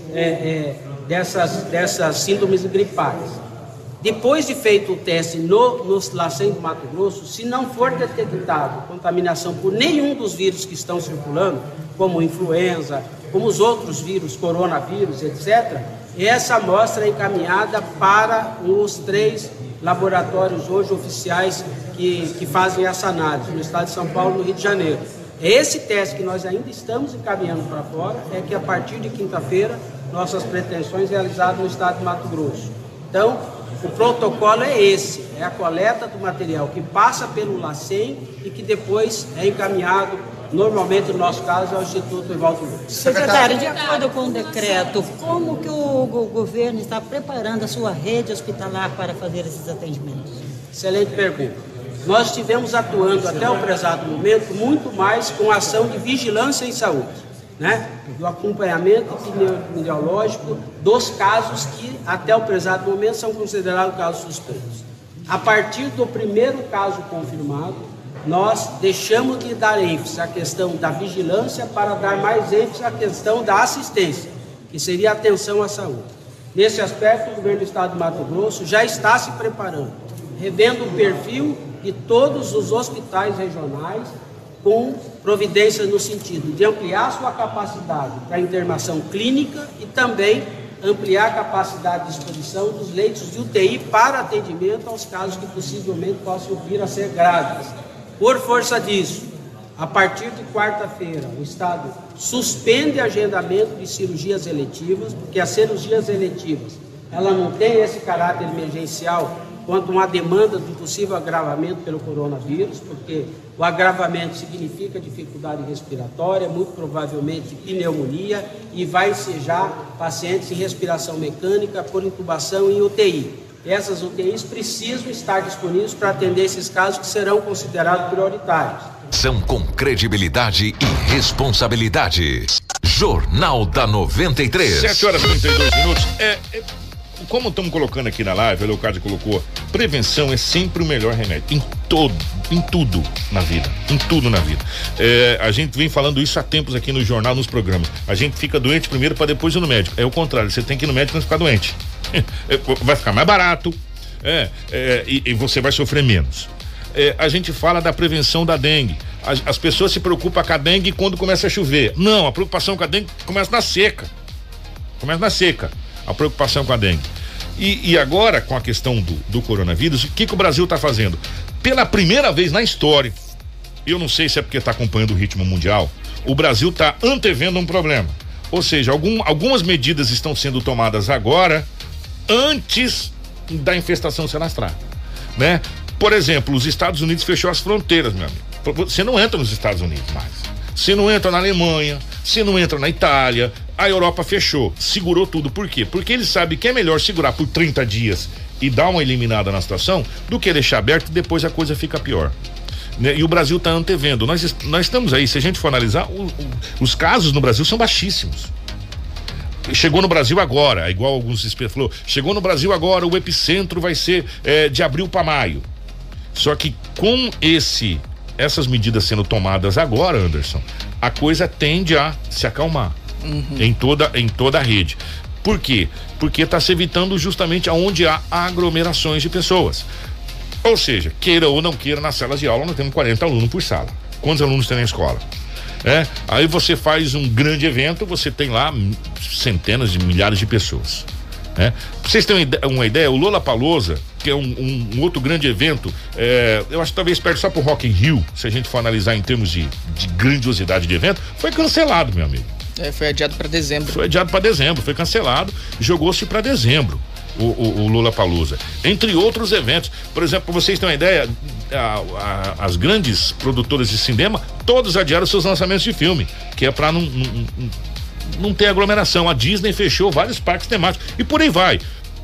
dessas síndromes gripais. Depois de feito o teste no LACEN do Mato Grosso, se não for detectado contaminação por nenhum dos vírus que estão circulando, como influenza, como os outros vírus, coronavírus, etc., essa amostra é encaminhada para os 3 laboratórios hoje oficiais que fazem essa análise, no estado de São Paulo e no Rio de Janeiro. Esse teste que nós ainda estamos encaminhando para fora é que a partir de quinta-feira, nossas pretensões realizadas no estado de Mato Grosso. Então, o protocolo é esse, é a coleta do material que passa pelo LACEN e que depois é encaminhado, normalmente no nosso caso, ao Instituto Evaldo Lucas. Secretário, de acordo com o decreto, como que o governo está preparando a sua rede hospitalar para fazer esses atendimentos? Excelente pergunta. Nós estivemos atuando até o prezado momento muito mais com ação de vigilância em saúde, né? Do acompanhamento epidemiológico dos casos que até o prezado momento são considerados casos suspeitos. A partir do primeiro caso confirmado, nós deixamos de dar ênfase à questão da vigilância para dar mais ênfase à questão da assistência, que seria a atenção à saúde. Nesse aspecto, o governo do estado de Mato Grosso já está se preparando, revendo o perfil de todos os hospitais regionais, com providências no sentido de ampliar sua capacidade para internação clínica e também ampliar a capacidade de disposição dos leitos de UTI para atendimento aos casos que possivelmente possam vir a ser graves. Por força disso, a partir de quarta-feira, o Estado suspende agendamento de cirurgias eletivas, porque as cirurgias eletivas, ela não tem esse caráter emergencial quanto uma demanda do possível agravamento pelo coronavírus, porque o agravamento significa dificuldade respiratória, muito provavelmente pneumonia, e vai ensejar pacientes em respiração mecânica por intubação em UTI. Essas UTIs precisam estar disponíveis para atender esses casos que serão considerados prioritários. São com credibilidade e responsabilidade. Jornal da 93. 7h32. Como estamos colocando aqui na live, o Leocádio colocou, prevenção é sempre o melhor remédio. Em tudo na vida. A gente vem falando isso há tempos aqui no jornal, nos programas. A gente fica doente primeiro para depois ir no médico. É o contrário, você tem que ir no médico antes de ficar doente. Vai ficar mais barato, e você vai sofrer menos. A gente fala da prevenção da dengue. As pessoas se preocupam com a dengue quando começa a chover. Não, a preocupação com a dengue começa na seca. A preocupação com a dengue. E agora, com a questão do coronavírus, o que o Brasil está fazendo? Pela primeira vez na história, eu não sei se é porque está acompanhando o ritmo mundial, o Brasil está antevendo um problema. Ou seja, algumas medidas estão sendo tomadas agora, antes da infestação se alastrar, né? Por exemplo, os Estados Unidos fechou as fronteiras, meu amigo. Você não entra nos Estados Unidos mais. Você não entra na Alemanha, você não entra na Itália. A Europa fechou, segurou tudo. Por quê? Porque eles sabem que é melhor segurar por 30 dias e dar uma eliminada na situação do que deixar aberto e depois a coisa fica pior. E o Brasil está antevendo. Nós estamos aí, se a gente for analisar, os casos no Brasil são baixíssimos. Chegou no Brasil agora, igual alguns expertos falou, chegou no Brasil agora, o epicentro vai ser de abril para maio. Só que com essas medidas sendo tomadas agora, Anderson, a coisa tende a se acalmar em toda a rede. Por quê? Porque está se evitando justamente aonde há aglomerações de pessoas. Ou seja, queira ou não queira, nas salas de aula nós temos 40 alunos por sala. Quantos alunos tem na escola? Aí você faz um grande evento, você tem lá centenas de milhares de pessoas. Pra vocês terem uma ideia, o Lollapalooza, que é um outro grande evento, eu acho que talvez perto só pro Rock in Rio, se a gente for analisar em termos de grandiosidade de evento, foi cancelado, meu amigo. Foi adiado para dezembro. Foi cancelado, jogou-se para dezembro o Lollapalooza. Entre outros eventos, por exemplo, para vocês terem uma ideia, as grandes produtoras de cinema, todos adiaram seus lançamentos de filme, que é para não ter aglomeração. A Disney fechou vários parques temáticos e por aí vai.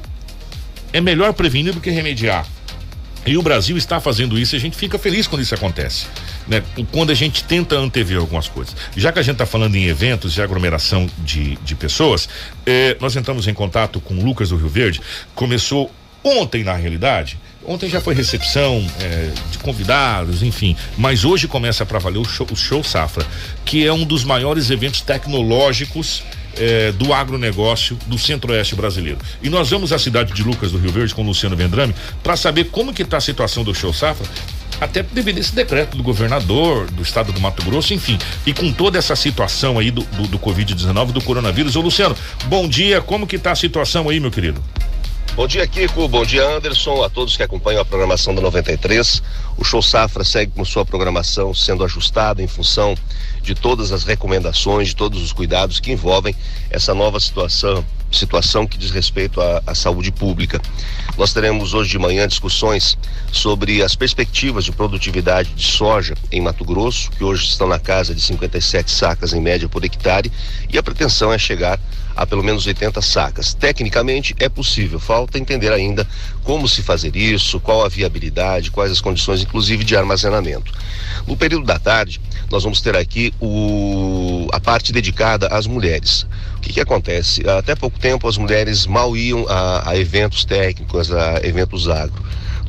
É melhor prevenir do que remediar. E o Brasil está fazendo isso e a gente fica feliz quando isso acontece, né? Quando a gente tenta antever algumas coisas. Já que a gente está falando em eventos de aglomeração de pessoas, nós entramos em contato com o Lucas do Rio Verde. Começou ontem, na realidade. Ontem já foi recepção de convidados, enfim. Mas hoje começa para valer o Show Safra, que é um dos maiores eventos tecnológicos do agronegócio do Centro-Oeste brasileiro. E nós vamos à cidade de Lucas do Rio Verde com o Luciano Vendrame para saber como que está a situação do Show Safra, até devido a esse decreto do governador do estado do Mato Grosso, enfim, e com toda essa situação aí do Covid-19, do coronavírus. Ô Luciano, bom dia, como que está a situação aí, meu querido? Bom dia, Kiko, bom dia, Anderson, a todos que acompanham a programação da 93. O Show Safra segue com sua programação sendo ajustada em função de todas as recomendações, de todos os cuidados que envolvem essa nova situação que diz respeito à saúde pública. Nós teremos hoje de manhã discussões sobre as perspectivas de produtividade de soja em Mato Grosso, que hoje estão na casa de 57 sacas em média por hectare, e a pretensão é chegar a pelo menos 80 sacas. Tecnicamente é possível, falta entender ainda como se fazer isso, qual a viabilidade, quais as condições, inclusive de armazenamento. No período da tarde, nós vamos ter aqui a parte dedicada às mulheres. O que acontece? Até pouco tempo as mulheres mal iam a eventos técnicos, a eventos agro.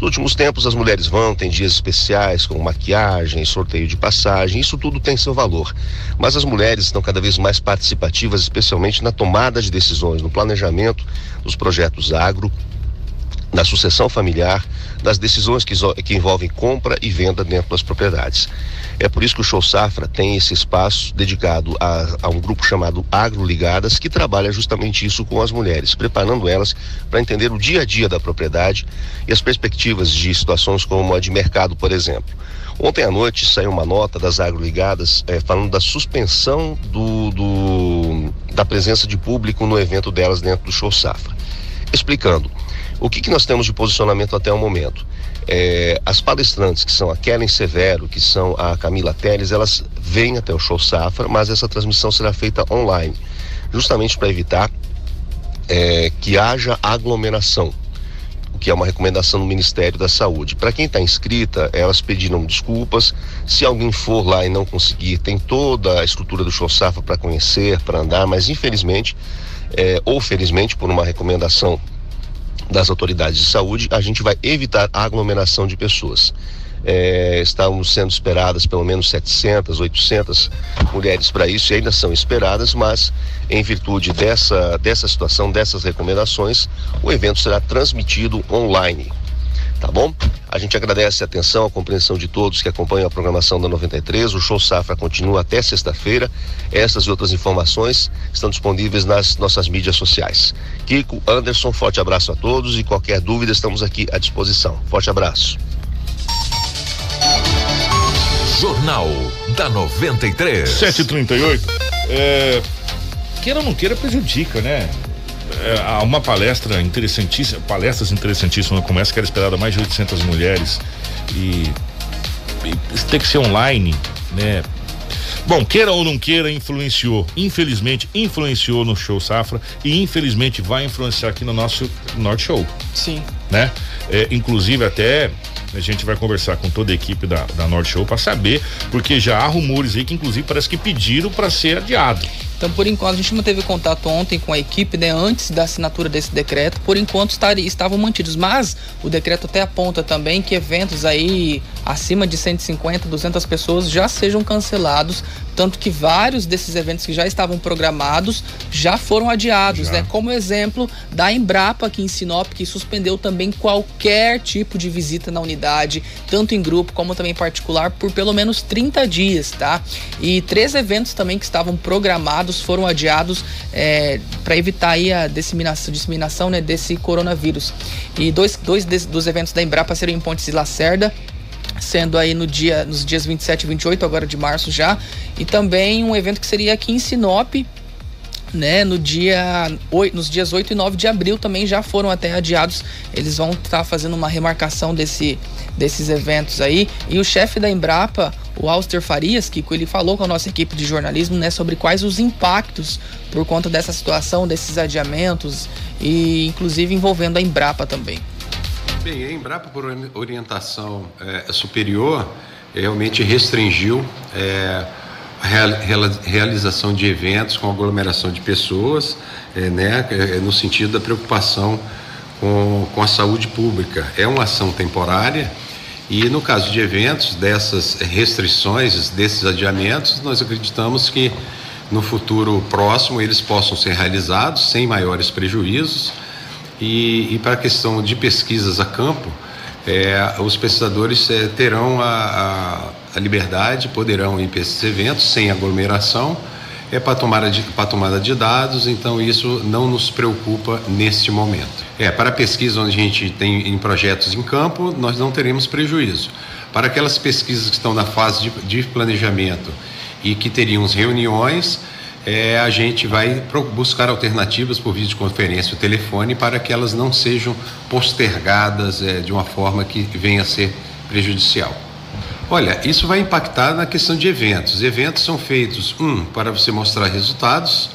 Nos últimos tempos as mulheres vão, tem dias especiais com maquiagem, sorteio de passagem, isso tudo tem seu valor. Mas as mulheres estão cada vez mais participativas, especialmente na tomada de decisões, no planejamento dos projetos agro, na sucessão familiar, das decisões que envolvem compra e venda dentro das propriedades. É por isso que o Show Safra tem esse espaço dedicado a um grupo chamado Agro Ligadas, que trabalha justamente isso com as mulheres, preparando elas para entender o dia a dia da propriedade e as perspectivas de situações como a de mercado, por exemplo. Ontem à noite saiu uma nota das Agroligadas falando da suspensão da presença de público no evento delas dentro do Show Safra, explicando o que nós temos de posicionamento até o momento. As palestrantes, que são a Kellen Severo, que são a Camila Teles, elas vêm até o Show Safra, mas essa transmissão será feita online, justamente para evitar que haja aglomeração, o que é uma recomendação do Ministério da Saúde. Para quem está inscrita, elas pediram desculpas. Se alguém for lá e não conseguir, tem toda a estrutura do Show Safra para conhecer, para andar, mas infelizmente, ou felizmente, por uma recomendação das autoridades de saúde, a gente vai evitar a aglomeração de pessoas. Estamos sendo esperadas pelo menos 700, 800 mulheres para isso, e ainda são esperadas, mas em virtude dessa situação, dessas recomendações, o evento será transmitido online. Tá bom? A gente agradece a atenção, a compreensão de todos que acompanham a programação da 93. O Show Safra continua até sexta-feira. Essas e outras informações estão disponíveis nas nossas mídias sociais. Kiko, Anderson, forte abraço a todos e qualquer dúvida estamos aqui à disposição. Forte abraço. Jornal da 93. 7h38. Queira ou não queira, prejudica, né? Há uma palestras interessantíssimas como essa, que era esperada mais de 800 mulheres e tem que ser online, né? Bom, queira ou não queira, infelizmente influenciou no Show Safra e infelizmente vai influenciar aqui no nosso Norte Show. Sim. Né? Inclusive até a gente vai conversar com toda a equipe da Norte Show para saber, porque já há rumores aí que inclusive parece que pediram para ser adiado. Então, por enquanto, a gente manteve contato ontem com a equipe, né, antes da assinatura desse decreto. Por enquanto, estavam mantidos, mas o decreto até aponta também que eventos aí acima de 150, 200 pessoas já sejam cancelados, tanto que vários desses eventos que já estavam programados já foram adiados, né? Como exemplo da Embrapa aqui em Sinop, que suspendeu também qualquer tipo de visita na unidade, tanto em grupo como também em particular, por pelo menos 30 dias, tá? E 3 eventos também que estavam programados foram adiados para evitar aí a disseminação, né, desse coronavírus. E dois dos eventos da Embrapa serão em Pontes e Lacerda, sendo aí nos dias 27 e 28 agora de março já, e também um evento que seria aqui em Sinop, né, nos dias 8 e 9 de abril também já foram até adiados. Eles vão estar fazendo uma remarcação desses eventos aí, e o chefe da Embrapa, o Auster Farias, que ele falou com a nossa equipe de jornalismo, né, sobre quais os impactos por conta dessa situação, desses adiamentos, e inclusive envolvendo a Embrapa também. Bem, a Embrapa, por orientação superior, realmente restringiu a realização de eventos com aglomeração de pessoas, né, no sentido da preocupação com a saúde pública. É uma ação temporária e, no caso de eventos, dessas restrições, desses adiamentos, nós acreditamos que no futuro próximo eles possam ser realizados sem maiores prejuízos. E para a questão de pesquisas a campo, os pesquisadores terão a liberdade, poderão ir para esses eventos sem aglomeração, para tomada de dados, então isso não nos preocupa neste momento. Para a pesquisa onde a gente tem em projetos em campo, nós não teremos prejuízo. Para aquelas pesquisas que estão na fase de planejamento e que teriam reuniões, a gente vai buscar alternativas por videoconferência ou telefone para que elas não sejam postergadas de uma forma que venha a ser prejudicial. Olha, isso vai impactar na questão de eventos. Eventos são feitos, para você mostrar resultados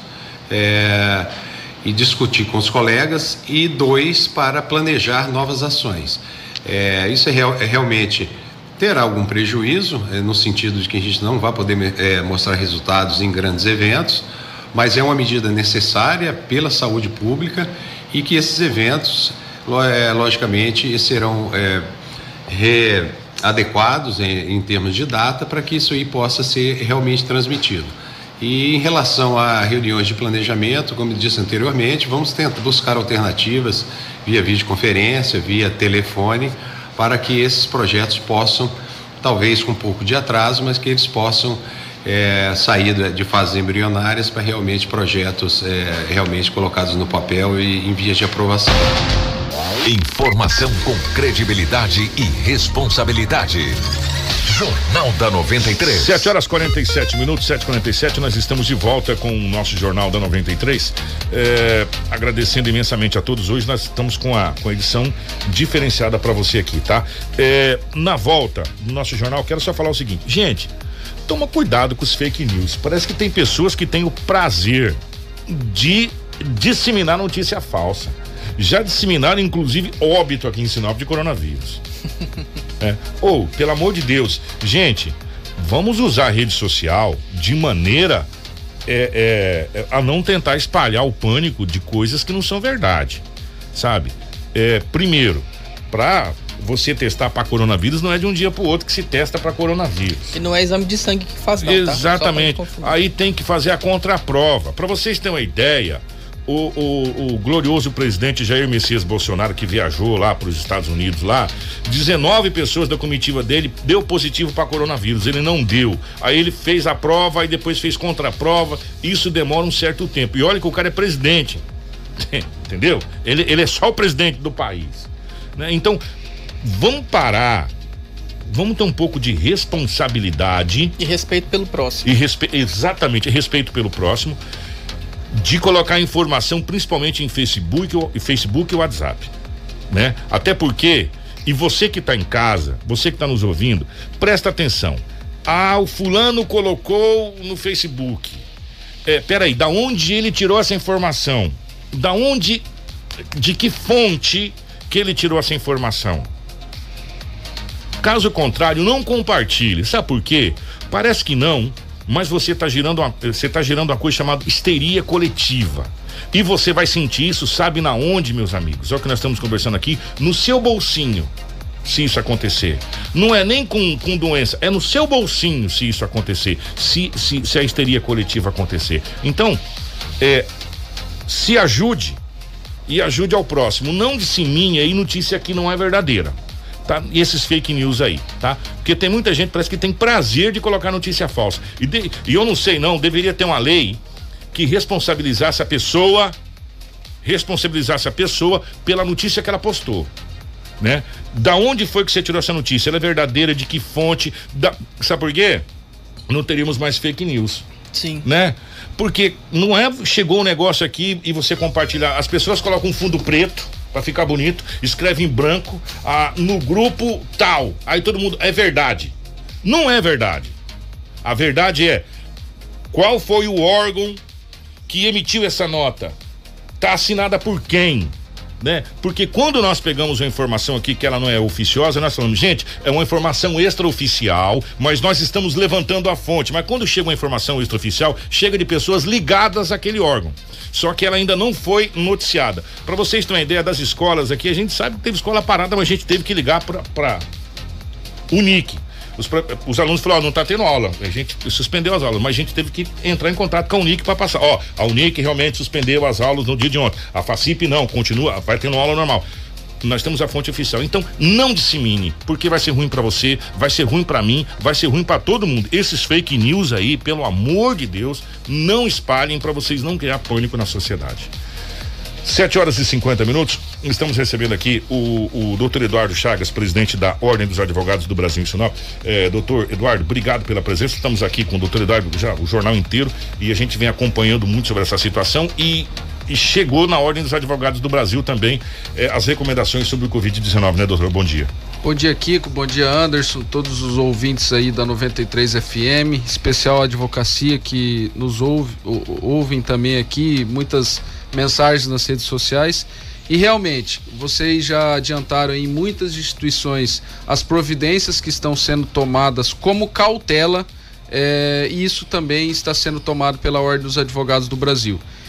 e discutir com os colegas, e 2, para planejar novas ações. Isso realmente terá algum prejuízo, no sentido de que a gente não vai poder mostrar resultados em grandes eventos, mas é uma medida necessária pela saúde pública, e que esses eventos, logicamente, serão adequados em termos de data para que isso aí possa ser realmente transmitido. E em relação a reuniões de planejamento, como eu disse anteriormente, vamos tentar buscar alternativas via videoconferência, via telefone, para que esses projetos possam, talvez com um pouco de atraso, mas que eles possam sair de fases embrionárias para realmente projetos realmente colocados no papel e em vias de aprovação. Informação com credibilidade e responsabilidade. Jornal da 93. 7h47, 7h47, nós estamos de volta com o nosso Jornal da 93. Agradecendo imensamente a todos. Hoje nós estamos com a edição diferenciada para você aqui, tá? Na volta do nosso jornal, quero só falar o seguinte, gente, toma cuidado com os fake news. Parece que tem pessoas que têm o prazer de disseminar notícia falsa. Já disseminaram, inclusive, óbito aqui em Sinop de coronavírus. Pelo amor de Deus, gente, vamos usar a rede social de maneira a não tentar espalhar o pânico de coisas que não são verdade, sabe? Primeiro, pra você testar para coronavírus não é de um dia pro outro que se testa para coronavírus. E não é exame de sangue que faz não, exatamente, tá? Aí tem que fazer a contraprova. Para vocês terem uma ideia, o glorioso presidente Jair Messias Bolsonaro, que viajou lá para os Estados Unidos, 19 pessoas da comitiva dele deu positivo para coronavírus, ele não deu. Aí ele fez a prova e depois fez contraprova. Isso demora um certo tempo. E olha que o cara é presidente, entendeu? Ele é só o presidente do país, né? Então, vamos parar. Vamos ter um pouco de responsabilidade. E respeito pelo próximo. Exatamente, respeito pelo próximo. De colocar informação principalmente em Facebook e WhatsApp, né? Até porque, e você que está em casa, você que está nos ouvindo, presta atenção. O fulano colocou no Facebook. Peraí, da onde ele tirou essa informação? De que fonte que ele tirou essa informação? Caso contrário, não compartilhe. Sabe por quê? Parece que não, mas você está gerando uma coisa chamada histeria coletiva. E você vai sentir isso, sabe na onde, meus amigos? É o que nós estamos conversando aqui, no seu bolsinho, se isso acontecer. Não é nem com doença, é no seu bolsinho se isso acontecer, se a histeria coletiva acontecer. Então, se ajude e ajude ao próximo. Não dissemine aí notícia que não é verdadeira. Tá? E esses fake news aí, tá? Porque tem muita gente, parece que tem prazer de colocar notícia falsa. E eu não sei não, deveria ter uma lei que responsabilizasse a pessoa pela notícia que ela postou, né? Da onde foi que você tirou essa notícia? Ela é verdadeira? De que fonte? Sabe por quê? Não teríamos mais fake news. Sim. Né? Porque não chegou um negócio aqui e você compartilhar, as pessoas colocam um fundo preto pra ficar bonito, escreve em branco, no grupo tal, aí todo mundo, é verdade. Não é verdade. A verdade é, qual foi o órgão que emitiu essa nota? Tá assinada por quem? Né? Porque quando nós pegamos uma informação aqui que ela não é oficiosa, nós falamos, gente, é uma informação extraoficial, mas nós estamos levantando a fonte. Mas quando chega uma informação extraoficial, chega de pessoas ligadas àquele órgão. Só que ela ainda não foi noticiada. Para vocês terem uma ideia das escolas aqui, a gente sabe que teve escola parada, mas a gente teve que ligar para o NIC. Os alunos falaram, não tá tendo aula, a gente suspendeu as aulas, mas a gente teve que entrar em contato com a UNIC para passar, a UNIC realmente suspendeu as aulas no dia de ontem, a FACIP não, continua, vai tendo aula normal. Nós temos a fonte oficial, então não dissemine, porque vai ser ruim para você, vai ser ruim para mim, vai ser ruim para todo mundo. Esses fake news aí, pelo amor de Deus, não espalhem para vocês não criar pânico na sociedade. 7h50, estamos recebendo aqui o doutor Eduardo Chagas, presidente da Ordem dos Advogados do Brasil em Sinop. Doutor Eduardo, obrigado pela presença, estamos aqui com o doutor Eduardo, já o jornal inteiro, e a gente vem acompanhando muito sobre essa situação e chegou na Ordem dos Advogados do Brasil também as recomendações sobre o Covid-19, né, doutor? Bom dia. Bom dia, Kiko, bom dia, Anderson, todos os ouvintes aí da 93 FM, especial a advocacia que nos ouvem também aqui, muitas mensagens nas redes sociais. E realmente, vocês já adiantaram em muitas instituições as providências que estão sendo tomadas como cautela, e isso também está sendo tomado pela Ordem dos Advogados do Brasil.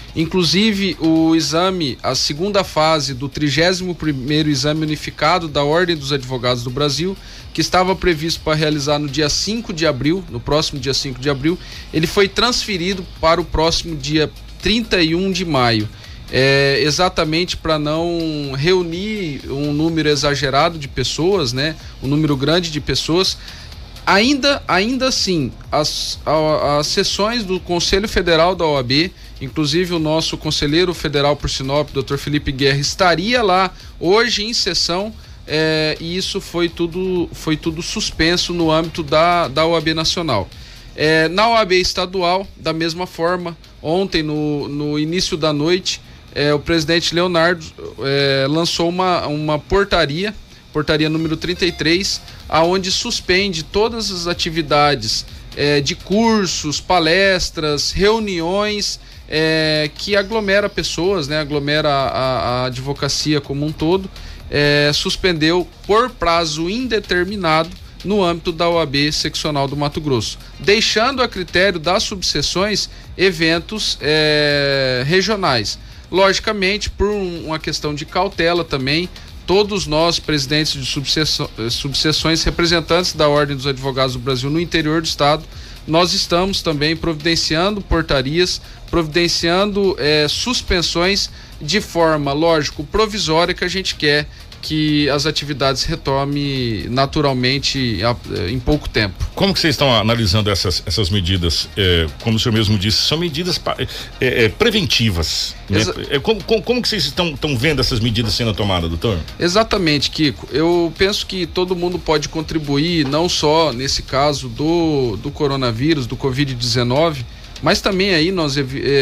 Inclusive o exame, a segunda fase do 31º Exame Unificado da Ordem dos Advogados do Brasil, que estava previsto para realizar no dia 5 de abril, no próximo dia 5 de abril, ele foi transferido para o próximo dia 31 de maio. Exatamente para não reunir um número exagerado de pessoas, né? Um número grande de pessoas. Ainda assim, as sessões do Conselho Federal da OAB, inclusive o nosso conselheiro federal por Sinop, Dr. Felipe Guerra, estaria lá hoje em sessão, e isso foi tudo suspenso no âmbito da OAB Nacional. Na OAB Estadual, da mesma forma, ontem no início da noite, o presidente Leonardo lançou uma portaria número 33, aonde suspende todas as atividades de cursos, palestras, reuniões que aglomera pessoas, né, aglomera a advocacia como um todo, suspendeu por prazo indeterminado no âmbito da OAB seccional do Mato Grosso, deixando a critério das subseções eventos regionais. Logicamente, por uma questão de cautela também, todos nós, presidentes de subseções, representantes da Ordem dos Advogados do Brasil no interior do estado, nós estamos também providenciando portarias, providenciando suspensões de forma, lógico, provisória, que a gente quer que as atividades retomem naturalmente em pouco tempo. Como que vocês estão analisando essas medidas? Como o senhor mesmo disse, são medidas preventivas, né? Como que vocês estão vendo essas medidas sendo tomadas, doutor? Exatamente, Kiko. Eu penso que todo mundo pode contribuir, não só nesse caso do coronavírus, do Covid-19, mas também aí nós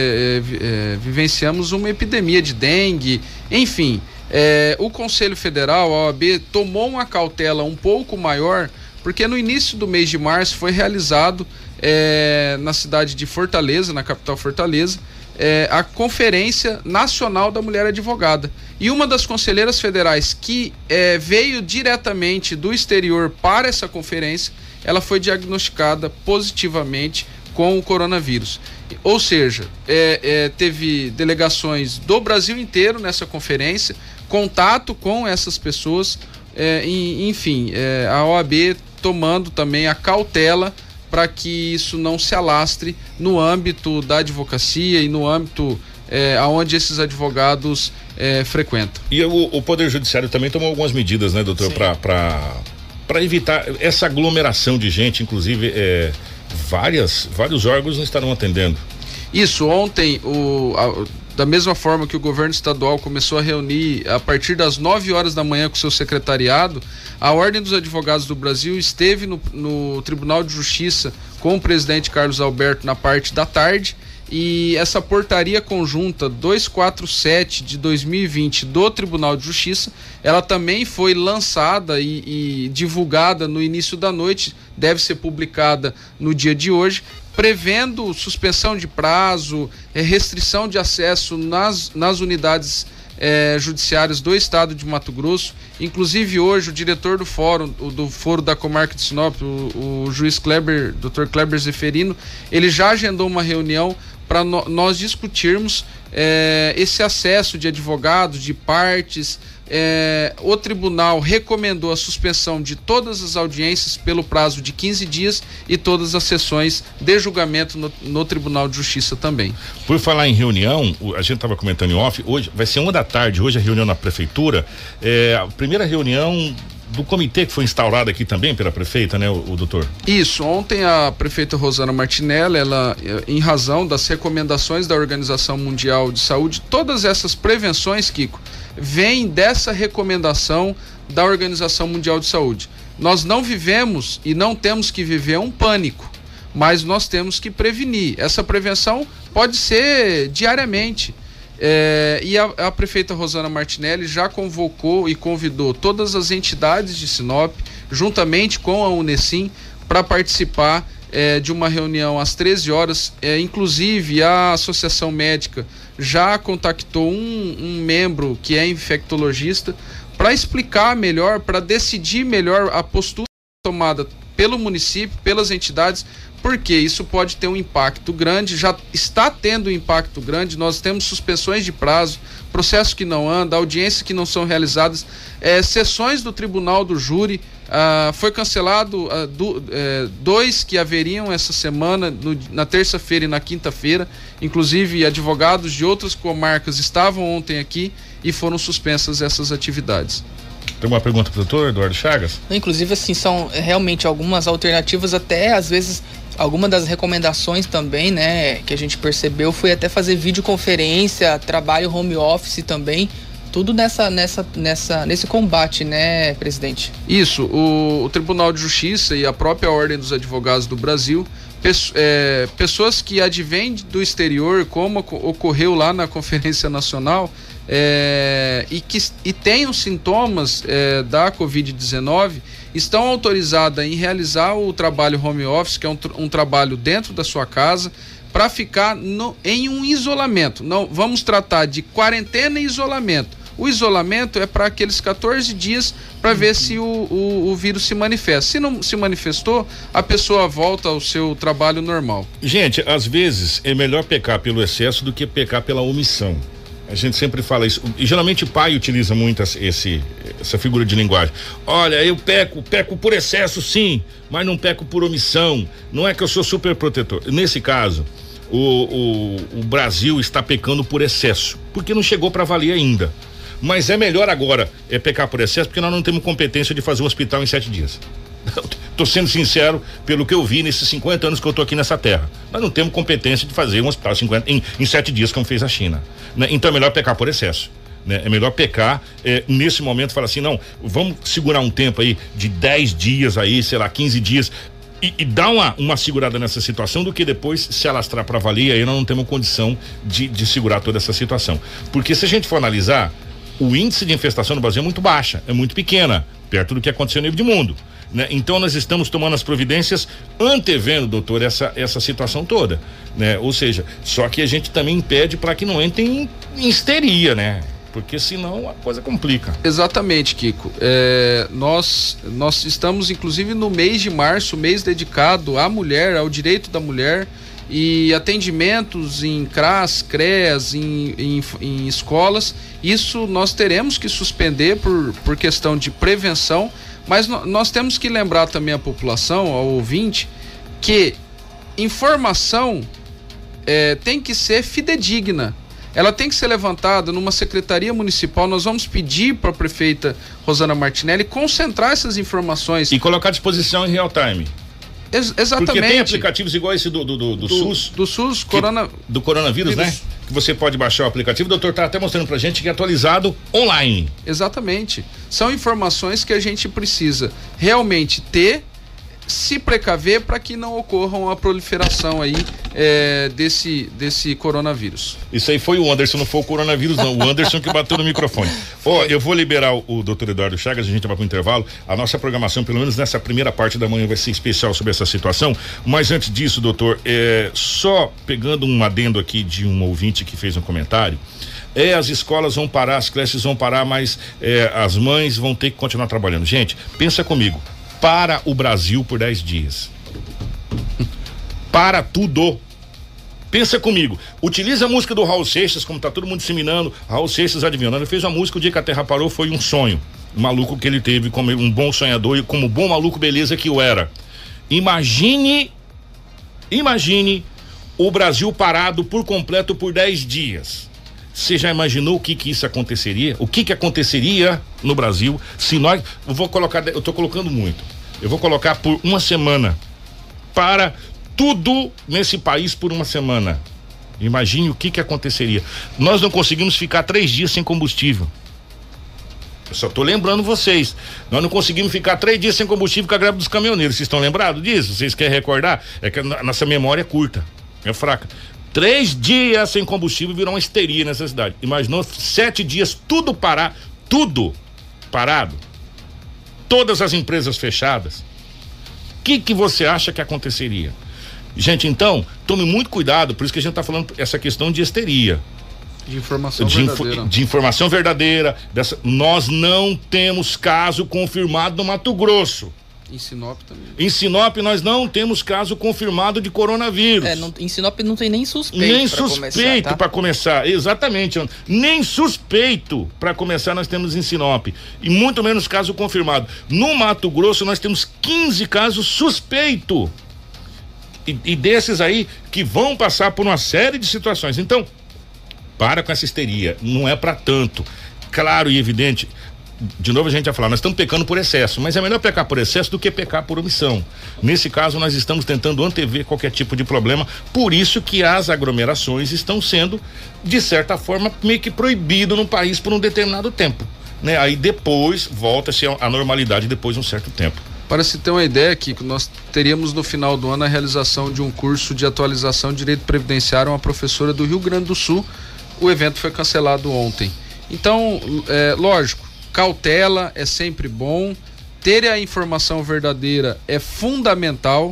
vivenciamos uma epidemia de dengue, enfim. O Conselho Federal, a OAB, tomou uma cautela um pouco maior, porque no início do mês de março foi realizado na cidade de Fortaleza, na capital Fortaleza, a Conferência Nacional da Mulher Advogada. E uma das conselheiras federais que veio diretamente do exterior para essa conferência, ela foi diagnosticada positivamente com o coronavírus. Ou seja, teve delegações do Brasil inteiro nessa conferência, contato com essas pessoas, enfim, a OAB tomando também a cautela para que isso não se alastre no âmbito da advocacia e no âmbito aonde esses advogados frequentam. E o Poder Judiciário também tomou algumas medidas, né, doutor, para evitar essa aglomeração de gente, inclusive vários órgãos não estarão atendendo. Isso, ontem, da mesma forma que o governo estadual começou a reunir a partir das 9 horas da manhã com o seu secretariado, a Ordem dos Advogados do Brasil esteve no Tribunal de Justiça com o presidente Carlos Alberto na parte da tarde, e essa portaria conjunta 247 de 2020 do Tribunal de Justiça, ela também foi lançada e divulgada no início da noite, deve ser publicada no dia de hoje, prevendo suspensão de prazo, restrição de acesso nas unidades judiciárias do estado de Mato Grosso. Inclusive hoje o diretor do Foro da Comarca de Sinop, o juiz Dr. Kleber Zeferino, ele já agendou uma reunião para nós discutirmos esse acesso de advogados, de partes. O tribunal recomendou a suspensão de todas as audiências pelo prazo de 15 dias e todas as sessões de julgamento no Tribunal de Justiça também. Por falar em reunião, a gente estava comentando em off, hoje vai ser 1 da tarde, hoje a reunião na prefeitura, a primeira reunião do comitê que foi instaurado aqui também pela prefeita, né, o doutor? Isso, ontem a prefeita Rosana Martinelli, ela, em razão das recomendações da Organização Mundial de Saúde, todas essas prevenções, Kiko, vêm dessa recomendação da Organização Mundial de Saúde. Nós não vivemos e não temos que viver um pânico, mas nós temos que prevenir. Essa prevenção pode ser diariamente. E a prefeita Rosana Martinelli já convocou e convidou todas as entidades de Sinop, juntamente com a Unesim, para participar de uma reunião às 13 horas. Inclusive a Associação Médica já contactou um membro que é infectologista para explicar melhor, para decidir melhor a postura tomada pelo município, pelas entidades, porque isso pode ter um impacto grande, já está tendo um impacto grande. Nós temos suspensões de prazo, processo que não anda, audiências que não são realizadas, sessões do tribunal do júri. Foi cancelado 2 que haveriam essa semana, na terça-feira e na quinta-feira. Inclusive, advogados de outras comarcas estavam ontem aqui e foram suspensas essas atividades. Tem uma pergunta para o doutor Eduardo Chagas? Inclusive, assim, são realmente algumas alternativas, até às vezes, alguma das recomendações também, né, que a gente percebeu foi até fazer videoconferência, trabalho home office também, tudo nesse combate, né, presidente? Isso, o Tribunal de Justiça e a própria Ordem dos Advogados do Brasil, pessoas que advêm do exterior, como ocorreu lá na Conferência Nacional, e tenham sintomas da Covid-19, estão autorizadas em realizar o trabalho home office, que é um trabalho dentro da sua casa, para ficar em um isolamento. Não vamos tratar de quarentena e isolamento. O isolamento é para aqueles 14 dias para ver se o vírus se manifesta. Se não se manifestou, a pessoa volta ao seu trabalho normal. Gente, às vezes é melhor pecar pelo excesso do que pecar pela omissão. A gente sempre fala isso. E geralmente o pai utiliza muito essa figura de linguagem. Olha, eu peco por excesso, sim, mas não peco por omissão. Não é que eu sou super protetor. Nesse caso, o Brasil está pecando por excesso, porque não chegou para valer ainda. Mas é melhor agora pecar por excesso, porque nós não temos competência de fazer um hospital em 7 dias. Tô sendo sincero pelo que eu vi nesses 50 anos que eu tô aqui nessa terra. Nós não temos competência de fazer um hospital em 7 dias, como fez a China, né? Então é melhor pecar por excesso, né? É melhor pecar nesse momento, falar assim, não, vamos segurar um tempo aí de 10 dias aí, sei lá, 15 dias e dar uma segurada nessa situação, do que depois se alastrar para valer. Aí nós não temos condição de segurar toda essa situação, porque se a gente for analisar, o índice de infestação no Brasil é muito baixa, é muito pequena, perto do que aconteceu no nível de mundo, né? Então nós estamos tomando as providências antevendo, doutor, essa situação toda, né? Ou seja, só que a gente também impede para que não entre em histeria, né? Porque senão a coisa complica. Exatamente, Kiko. Nós estamos inclusive no mês de março, mês dedicado à mulher, ao direito da mulher, e atendimentos em CRAS, CREAS, em escolas. Isso nós teremos que suspender por questão de prevenção, mas nós temos que lembrar também a população, ao ouvinte, que informação tem que ser fidedigna. Ela tem que ser levantada numa secretaria municipal. Nós vamos pedir para a prefeita Rosana Martinelli concentrar essas informações e colocar à disposição em real time. Exatamente. Porque tem aplicativos igual esse do SUS. Do SUS, do coronavírus, né? Que você pode baixar o aplicativo. O doutor tá até mostrando pra gente que é atualizado online. Exatamente. São informações que a gente precisa realmente ter, se precaver para que não ocorra a proliferação aí desse coronavírus. Isso aí foi o Anderson, não foi o coronavírus não, o Anderson que bateu no microfone. Eu vou liberar o doutor Eduardo Chagas, a gente vai pro intervalo. A nossa programação, pelo menos nessa primeira parte da manhã, vai ser especial sobre essa situação, mas antes disso, doutor, só pegando um adendo aqui de um ouvinte que fez um comentário, as escolas vão parar, as creches vão parar, mas as mães vão ter que continuar trabalhando. Gente, pensa comigo, para o Brasil por 10 dias. Para tudo. Pensa comigo. Utiliza a música do Raul Seixas, como tá todo mundo disseminando. Raul Seixas, adivinhando, ele fez uma música, o dia que a Terra parou foi um sonho. Um maluco que ele teve como um bom sonhador e como bom maluco beleza que o era. Imagine o Brasil parado por completo por 10 dias. Você já imaginou o que isso aconteceria? O que aconteceria no Brasil se nós... eu tô colocando muito. Eu vou colocar por uma semana. Para tudo nesse país por uma semana. Imagine o que aconteceria. Nós não conseguimos ficar 3 dias sem combustível. Eu só tô lembrando vocês. Nós não conseguimos ficar 3 dias sem combustível com a greve dos caminhoneiros. Vocês estão lembrados disso? Vocês querem recordar? É que a nossa memória é curta. É fraca. 3 dias sem combustível virou uma histeria nessa cidade. Imaginou 7 dias tudo parado, todas as empresas fechadas. O que você acha que aconteceria? Gente, então, tome muito cuidado, por isso que a gente está falando essa questão de histeria. De informação verdadeira. De informação verdadeira. Nós não temos caso confirmado no Mato Grosso. Em Sinop também. Em Sinop nós não temos caso confirmado de coronavírus. Em Sinop não tem nem suspeito. Nem suspeito para começar, exatamente. Nem suspeito para começar nós temos em Sinop. E muito menos caso confirmado. No Mato Grosso nós temos 15 casos suspeitos. E desses aí que vão passar por uma série de situações. Então, para com essa histeria. Não é para tanto. Claro e evidente. De novo a gente vai falar, nós estamos pecando por excesso, mas é melhor pecar por excesso do que pecar por omissão. Nesse caso nós estamos tentando antever qualquer tipo de problema, por isso que as aglomerações estão sendo, de certa forma, meio que proibido no país por um determinado tempo, né? Aí depois volta-se à normalidade depois de um certo tempo. Para se ter uma ideia aqui, nós teríamos no final do ano a realização de um curso de atualização de direito previdenciário, uma professora do Rio Grande do Sul. O evento foi cancelado ontem. Então, lógico, cautela é sempre bom, ter a informação verdadeira é fundamental,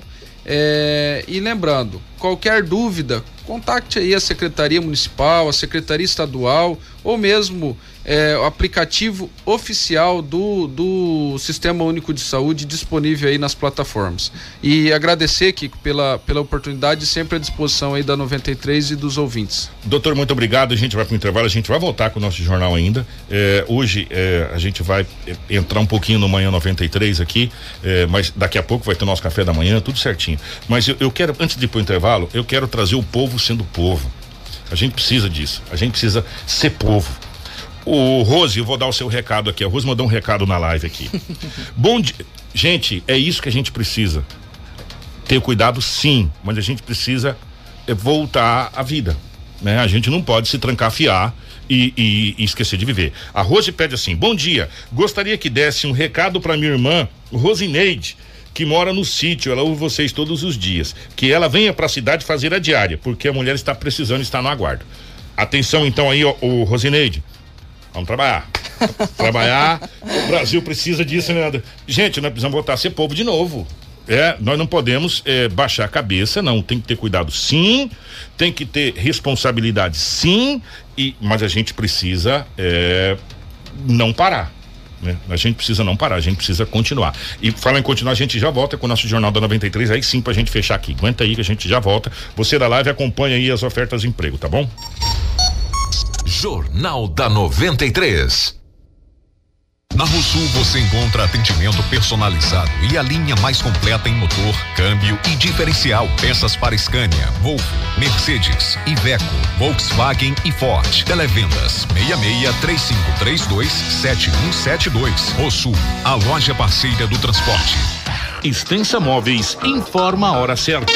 e lembrando, qualquer dúvida, contacte aí a Secretaria Municipal, a Secretaria Estadual ou mesmo o aplicativo oficial do Sistema Único de Saúde disponível aí nas plataformas. E agradecer, Kiko, pela oportunidade e sempre à disposição aí da 93 e dos ouvintes. Doutor, muito obrigado. A gente vai para o intervalo, a gente vai voltar com o nosso jornal ainda. Hoje a gente vai entrar um pouquinho no Manhã 93 aqui, mas daqui a pouco vai ter o nosso café da manhã, tudo certinho. Mas eu quero, antes de ir para o intervalo, eu quero trazer o povo sendo povo. A gente precisa disso, a gente precisa ser povo. O Rose, eu vou dar o seu recado aqui. A Rose mandou um recado na live aqui. Bom dia. Gente, é isso que a gente precisa. Ter cuidado, sim, mas a gente precisa voltar à vida, né? A gente não pode se trancafiar e esquecer de viver. A Rose pede assim: bom dia, gostaria que desse um recado para minha irmã Rosineide, que mora no sítio, ela ouve vocês todos os dias, que ela venha para a cidade fazer a diária, porque a mulher está precisando, está no aguardo. Atenção então aí, o Rosineide. Vamos trabalhar. O Brasil precisa disso, né, André? Gente, nós precisamos voltar a ser povo de novo. Nós não podemos baixar a cabeça, não. Tem que ter cuidado, sim. Tem que ter responsabilidade, sim. Mas a gente precisa não parar, né? A gente precisa não parar, a gente precisa continuar. E falando em continuar, a gente já volta com o nosso Jornal da 93, aí sim pra gente fechar aqui. Aguenta aí que a gente já volta. Você da live acompanha aí as ofertas de emprego, tá bom? Jornal da 93. Na Rosul você encontra atendimento personalizado e a linha mais completa em motor, câmbio e diferencial. Peças para Scania, Volvo, Mercedes, Iveco, Volkswagen e Ford. Televendas 66-3532-7172. Rosul, a loja parceira do transporte. Extensa Móveis informa a hora certa.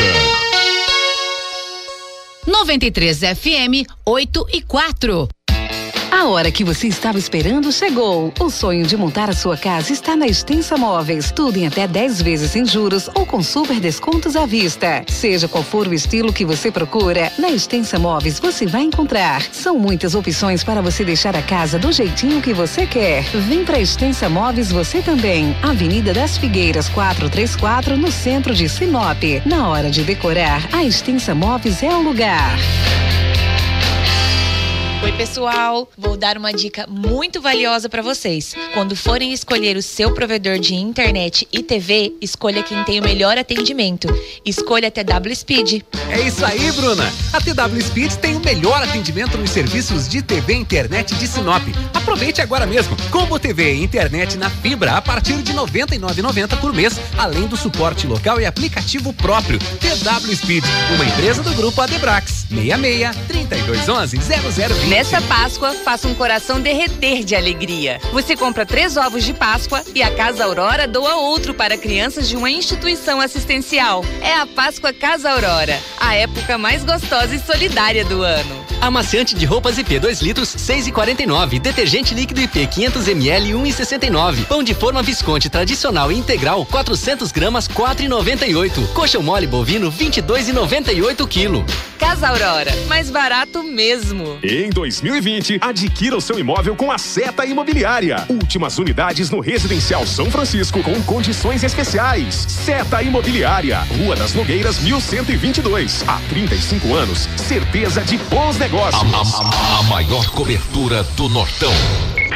93 FM 8:04. A hora que você estava esperando chegou. O sonho de montar a sua casa está na Extensa Móveis. Tudo em até 10 vezes sem juros ou com super descontos à vista. Seja qual for o estilo que você procura, na Extensa Móveis você vai encontrar. São muitas opções para você deixar a casa do jeitinho que você quer. Vem pra Extensa Móveis você também. Avenida das Figueiras 434, no centro de Sinop. Na hora de decorar, a Extensa Móveis é o lugar. Oi pessoal, vou dar uma dica muito valiosa para vocês. Quando forem escolher o seu provedor de internet e TV, escolha quem tem o melhor atendimento. Escolha a TW Speed. É isso aí, Bruna. A TW Speed tem o melhor atendimento nos serviços de TV e internet de Sinop. Aproveite agora mesmo. Combo TV e internet na fibra a partir de R$ 99,90 por mês, além do suporte local e aplicativo próprio. TW Speed, uma empresa do grupo Adebrax. 66-3211-0020. Nessa Páscoa, faça um coração derreter de alegria. Você compra 3 ovos de Páscoa e a Casa Aurora doa outro para crianças de uma instituição assistencial. É a Páscoa Casa Aurora, a época mais gostosa e solidária do ano. Amaciante de roupas IP 2 litros, 6,49. Detergente líquido IP 500 ml, 1,69. Pão de forma Visconti tradicional e integral, 400 gramas, 4,98. Coxão mole bovino, 22,98 quilo. Casa Aurora, mais barato mesmo. Em 2020, adquira o seu imóvel com a Seta Imobiliária. Últimas unidades no Residencial São Francisco com condições especiais. Seta Imobiliária, Rua das Nogueiras, 1122. Há 35 anos, certeza de bons negócios. A maior cobertura do Nortão.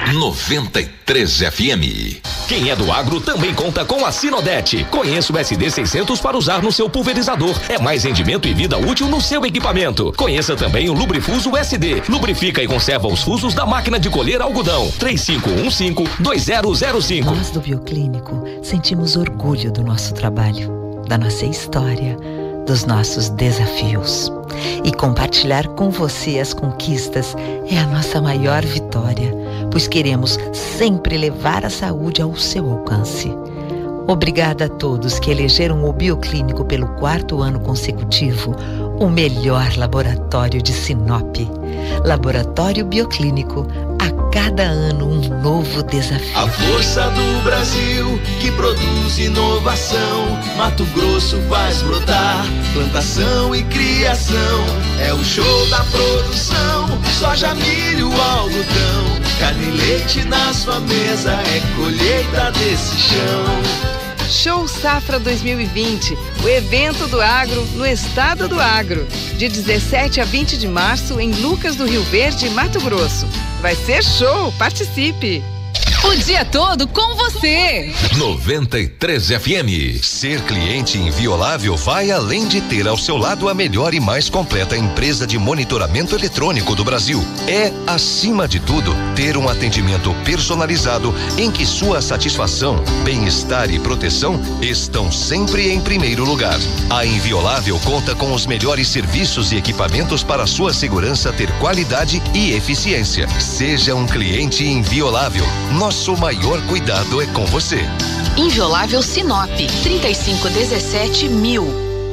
93 FM. Quem é do agro também conta com a Sinodete. Conheça o SD 600 para usar no seu pulverizador. É mais rendimento e vida útil no seu equipamento. Conheça também o Lubrifuso SD. Lubrifica e conserva os fusos da máquina de colher algodão. 3515-2005. Nós do Bioclínico sentimos orgulho do nosso trabalho, da nossa história, dos nossos desafios. E compartilhar com você as conquistas é a nossa maior vitória, pois queremos sempre levar a saúde ao seu alcance. Obrigada a todos que elegeram o Bioclínico pelo 4º ano consecutivo o melhor laboratório de Sinop. Laboratório Bioclínico, a cada ano um novo desafio. A força do Brasil que produz inovação, Mato Grosso faz brotar, plantação e criação, é o show da produção, soja, milho, algodão, carne e leite na sua mesa, é colheita desse chão. Show Safra 2020, o evento do agro no estado do agro, de 17 a 20 de março em Lucas do Rio Verde, Mato Grosso. Vai ser show, participe! O dia todo com você. 93 FM. Ser cliente inviolável vai além de ter ao seu lado a melhor e mais completa empresa de monitoramento eletrônico do Brasil. É, acima de tudo, ter um atendimento personalizado em que sua satisfação, bem-estar e proteção estão sempre em primeiro lugar. A Inviolável conta com os melhores serviços e equipamentos para sua segurança ter qualidade e eficiência. Seja um cliente inviolável. Nosso maior cuidado é com você. Inviolável Sinop, 3517.000.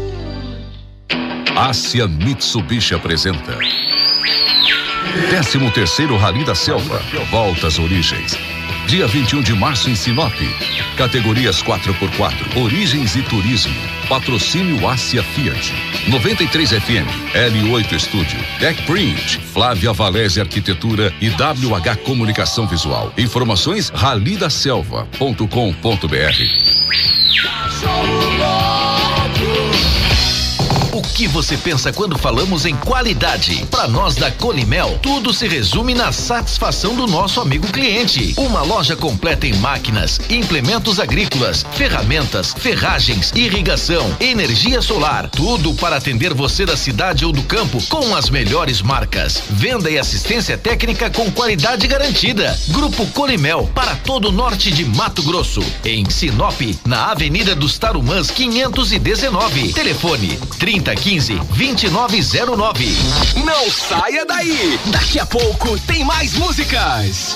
Ásia Mitsubishi apresenta 13º Rally da Selva, Volta às Origens. Dia 21 de março em Sinop. Categorias 4x4, Origens e Turismo. Patrocínio Ásia Fiat. 93 FM, L8 Estúdio, Tech Print, Flávia Valese Arquitetura e WH Comunicação Visual. Informações ralidaselva.com.br. O que você pensa quando falamos em qualidade? Para nós da Colimel, tudo se resume na satisfação do nosso amigo cliente. Uma loja completa em máquinas, implementos agrícolas, ferramentas, ferragens, irrigação, energia solar, tudo para atender você da cidade ou do campo com as melhores marcas. Venda e assistência técnica com qualidade garantida. Grupo Colimel para todo o norte de Mato Grosso. Em Sinop, na Avenida dos Tarumãs 519. Telefone 3015-2909. Não saia daí! Daqui a pouco tem mais músicas.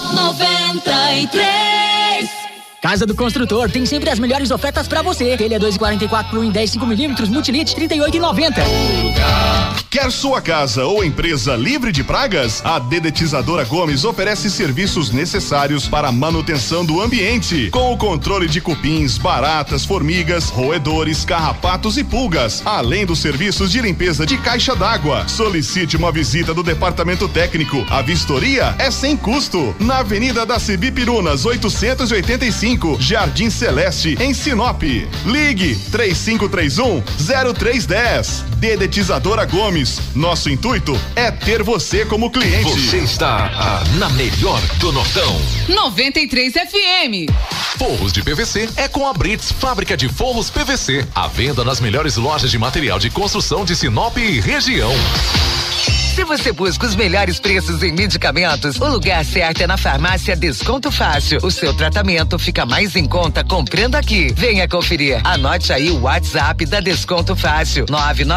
93. Casa do Construtor tem sempre as melhores ofertas pra você. Telha 2,44 por 1 em 10 5mm, Multilite 38,90. Quer sua casa ou empresa livre de pragas? A Dedetizadora Gomes oferece serviços necessários para a manutenção do ambiente, com o controle de cupins, baratas, formigas, roedores, carrapatos e pulgas, além dos serviços de limpeza de caixa d'água. Solicite uma visita do departamento técnico. A vistoria é sem custo. Na Avenida da Cibipirunas 885, Jardim Celeste, em Sinop. Ligue 3531-0310. Dedetizadora Gomes. Nosso intuito é ter você como cliente. Você está na melhor do Nortão. 93 FM. Forros de PVC é com a Brits, fábrica de forros PVC. À venda nas melhores lojas de material de construção de Sinop e região. Se você busca os melhores preços em medicamentos, o lugar certo é na Farmácia Desconto Fácil. O seu tratamento fica mais em conta comprando aqui. Venha conferir. Anote aí o WhatsApp da Desconto Fácil: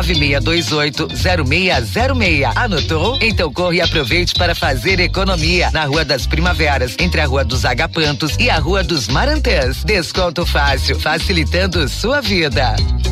996280606. Anotou? Então corre e aproveite para fazer economia. Na Rua das Primaveras, entre a Rua dos Agapantos e a Rua dos Marantãs. Desconto Fácil, facilitando sua vida.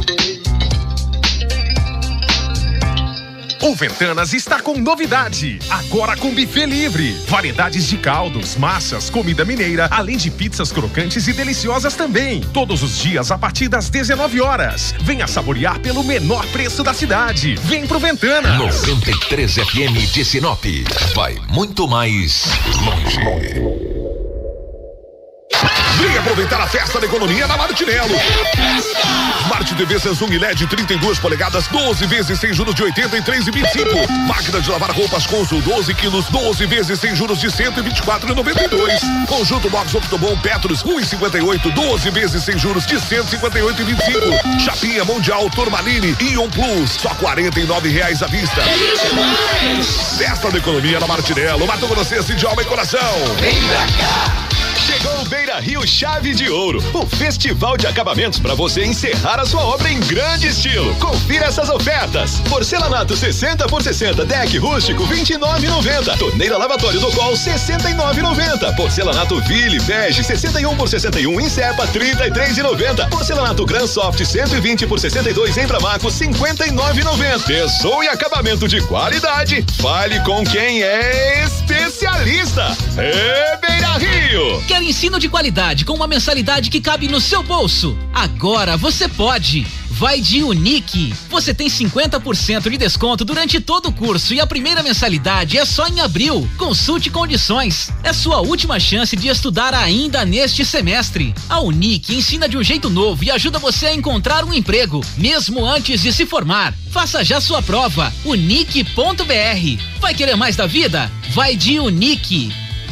O Ventanas está com novidade, agora com buffet livre. Variedades de caldos, massas, comida mineira, além de pizzas crocantes e deliciosas também. Todos os dias a partir das 19 horas. Venha saborear pelo menor preço da cidade. Vem pro Ventanas. 93 FM de Sinop. Vai muito mais longe. Vem aproveitar a festa da economia na Martinello. Smart TV Samsung LED 32 polegadas, 12 vezes sem juros de 83,25. Máquina de lavar roupas Consul 12 quilos, 12 vezes sem juros de 124,92. Conjunto Box Octobon Petrus 1,58, 12 vezes sem juros de 158,25. Chapinha Mundial Turmalini Ion Plus, só R$49 à vista. Festa da economia na Martinello, Mato Grossense de alma e coração. Vem pra cá! Chegou o Beira Rio Chave de Ouro, o festival de acabamentos para você encerrar a sua obra em grande estilo. Confira essas ofertas: porcelanato 60 por 60, deck rústico 29,90, torneira lavatório do Gol 69,90, porcelanato Ville bege 61 por 61 em Cepa 33,90, porcelanato Gran Soft 120 por 62 em Bramaco 59,90. Pensou em acabamento de qualidade? Fale com quem é especialista. É Beira Rio. Quer ensino de qualidade com uma mensalidade que cabe no seu bolso? Agora você pode. Vai de Unique. Você tem 50% de desconto durante todo o curso e a primeira mensalidade é só em abril. Consulte condições. É sua última chance de estudar ainda neste semestre. A Unique ensina de um jeito novo e ajuda você a encontrar um emprego, mesmo antes de se formar. Faça já sua prova. Unique.br. Vai querer mais da vida? Vai de Unique.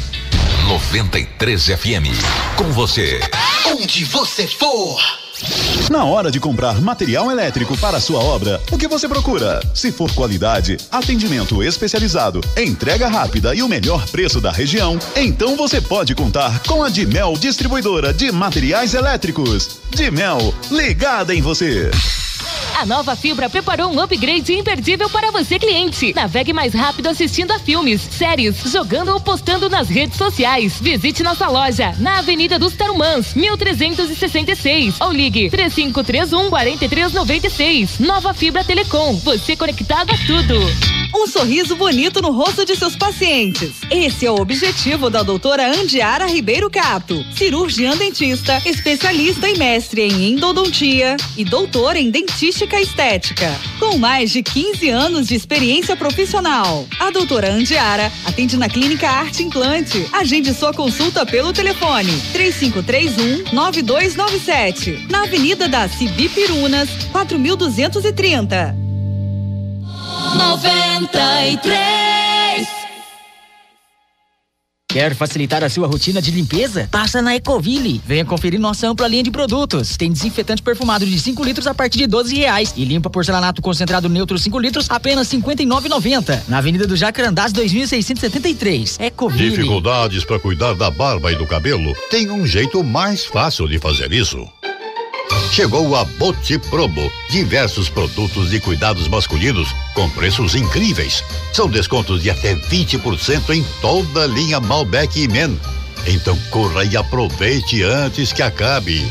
93 FM. Com você. Onde você for. Na hora de comprar material elétrico para a sua obra, o que você procura? Se for qualidade, atendimento especializado, entrega rápida e o melhor preço da região, então você pode contar com a Dimel Distribuidora de Materiais Elétricos. Dimel, ligada em você. A Nova Fibra preparou um upgrade imperdível para você, cliente. Navegue mais rápido assistindo a filmes, séries, jogando ou postando nas redes sociais. Visite nossa loja na Avenida dos Tarumãs, 1366. Ou ligue 3531-4396. Nova Fibra Telecom. Você conectado a tudo. Um sorriso bonito no rosto de seus pacientes. Esse é o objetivo da doutora Andiara Ribeiro Cato, cirurgiã dentista, especialista e mestre em endodontia e doutora em dentística estética. Com mais de 15 anos de experiência profissional, a doutora Andiara atende na Clínica Arte Implante. Agende sua consulta pelo telefone 3531-9297, na Avenida da Cibipirunas, 4230. 93. Quer facilitar a sua rotina de limpeza? Passa na Ecoville. Venha conferir nossa ampla linha de produtos. Tem desinfetante perfumado de 5 litros a partir de R$12 e limpa porcelanato concentrado neutro 5 litros apenas R$59,90. Na Avenida do Jacarandás 2673. Ecoville. Dificuldades para cuidar da barba e do cabelo? Tem um jeito mais fácil de fazer isso. Chegou a Boti Promo, diversos produtos de cuidados masculinos com preços incríveis. São descontos de até 20% em toda a linha Malbec e Men. Então corra e aproveite antes que acabe.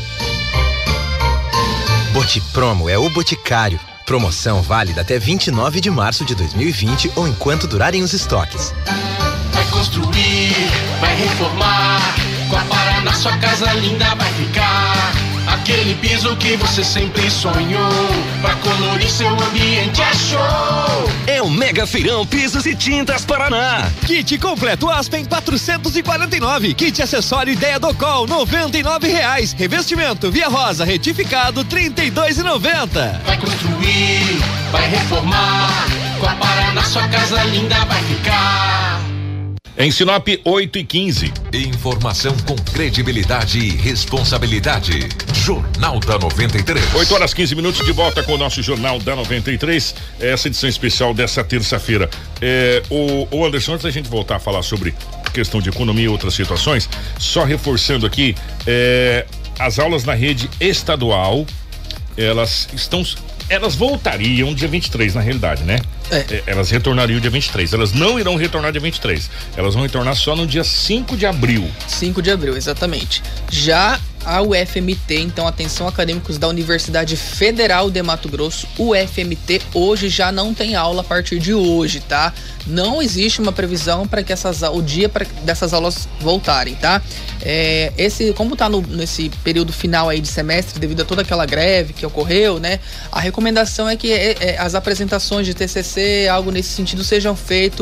Boti Promo é o Boticário. Promoção válida até 29 de março de 2020 ou enquanto durarem os estoques. Vai construir, vai reformar, com a Paraná sua casa linda vai ficar. Aquele piso que você sempre sonhou, pra colorir seu ambiente é show. É o Mega Feirão Pisos e Tintas Paraná. Kit completo Aspen 449. Kit acessório Ideia do Col R$99. Revestimento Via Rosa retificado R$32,90. Vai construir, vai reformar, com a Paraná sua casa linda vai ficar. Em Sinop, 8h15. Informação com credibilidade e responsabilidade. Jornal da 93. 8h15, de volta com o nosso Jornal da 93. Essa edição especial dessa terça-feira. O Anderson, antes da gente voltar a falar sobre questão de economia e outras situações, só reforçando aqui, as aulas na rede estadual, elas voltariam dia 23, na realidade, né? Elas retornariam dia 23. Elas não irão retornar dia 23. Elas vão retornar só no dia 5 de abril. 5 de abril, exatamente. Já a UFMT, então, atenção acadêmicos da Universidade Federal de Mato Grosso, UFMT hoje já não tem aula a partir de hoje, tá? Não existe uma previsão para que o dia dessas aulas voltarem, tá? Como tá nesse período final aí de semestre, devido a toda aquela greve que ocorreu, né? A recomendação é que as apresentações de TCC, algo nesse sentido, sejam feitos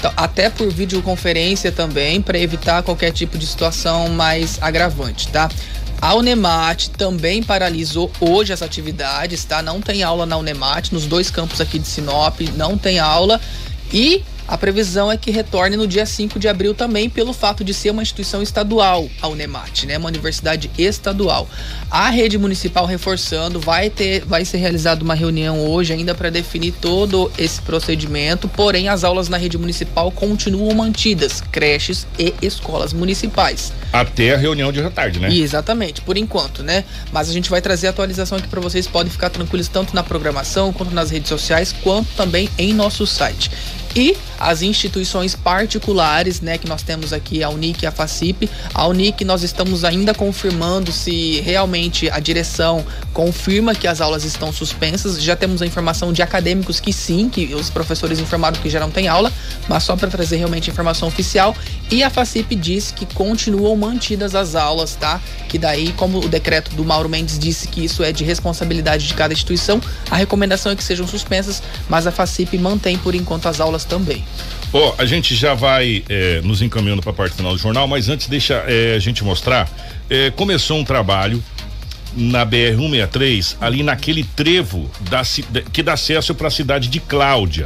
até por videoconferência também, para evitar qualquer tipo de situação mais agravante, tá? A Unemat também paralisou hoje as atividades, tá? Não tem aula na Unemat, nos 2 campos aqui de Sinop, não tem aula. E a previsão é que retorne no dia 5 de abril também, pelo fato de ser uma instituição estadual, a Unemat, né? Uma universidade estadual. A rede municipal, reforçando, vai ser realizada uma reunião hoje ainda para definir todo esse procedimento, porém as aulas na rede municipal continuam mantidas, creches e escolas municipais. Até a reunião de hoje à tarde, né? Exatamente, por enquanto, né? Mas a gente vai trazer a atualização aqui para vocês, podem ficar tranquilos tanto na programação, quanto nas redes sociais, quanto também em nosso site. E as instituições particulares, né, que nós temos aqui, a Unic e a FACIP. A Unic nós estamos ainda confirmando se realmente a direção confirma que as aulas estão suspensas. Já temos a informação de acadêmicos que sim, que os professores informaram que já não tem aula, mas só para trazer realmente a informação oficial. E a FACIP disse que continuam mantidas as aulas, tá? Que daí, como o decreto do Mauro Mendes disse que isso é de responsabilidade de cada instituição, a recomendação é que sejam suspensas, mas a FACIP mantém por enquanto as aulas também. A gente já vai nos encaminhando para a parte final do jornal, mas antes deixa a gente mostrar, começou um trabalho na BR-163, ali naquele trevo que dá acesso para a cidade de Cláudia,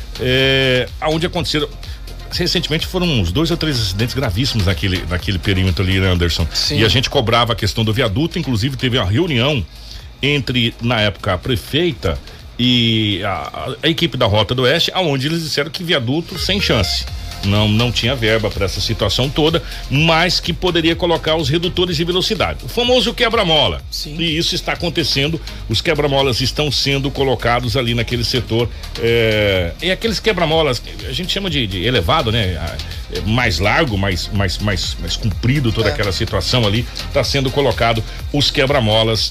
onde aconteceram recentemente foram uns 2 ou 3 acidentes gravíssimos naquele perímetro ali, né, Anderson? Sim. E a gente cobrava a questão do viaduto, inclusive teve uma reunião entre, na época, a prefeita e a equipe da Rota do Oeste, aonde eles disseram que viaduto sem chance. Não tinha verba para essa situação toda, mas que poderia colocar os redutores de velocidade. O famoso quebra-mola. Sim. E isso está acontecendo. Os quebra-molas estão sendo colocados ali naquele setor. E aqueles quebra-molas, a gente chama de elevado, né? Mais largo, mais comprido, toda aquela situação ali. Está sendo colocado os quebra-molas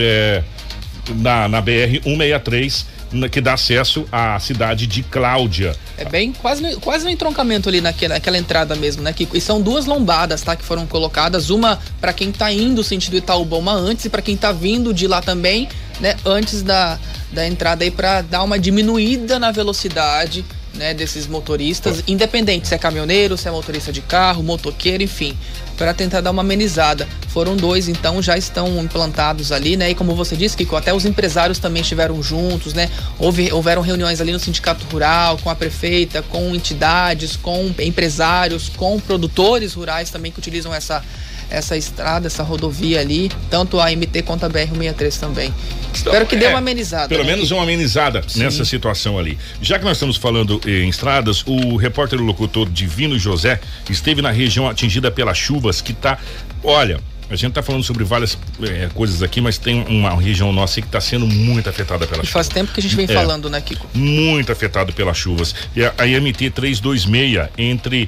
na BR-163, que dá acesso à cidade de Cláudia. É bem quase no entroncamento ali naquela entrada mesmo, né? E são 2 lombadas, tá? Que foram colocadas, uma para quem tá indo sentido Itaúboma antes e para quem tá vindo de lá também, né? Antes da entrada aí, para dar uma diminuída na velocidade, né? Desses motoristas, independente se é caminhoneiro, se é motorista de carro, motoqueiro, enfim, para tentar dar uma amenizada. Foram 2, então já estão implantados ali, né? E como você disse, Kiko, até os empresários também estiveram juntos, né? Houveram reuniões ali no Sindicato Rural, com a prefeita, com entidades, com empresários, com produtores rurais também que utilizam essa estrada, essa rodovia ali, tanto a MT quanto a BR-163 também. Espero que dê uma amenizada. Pelo menos uma amenizada nessa situação ali. Já que nós estamos falando em estradas, o repórter locutor Divino José esteve na região atingida pelas chuvas que tá, olha, a gente tá falando sobre várias coisas aqui, mas tem uma região nossa que tá sendo muito afetada pelas chuvas. Faz tempo que a gente vem falando, né, Kiko? Muito afetado pelas chuvas. E a MT 326 entre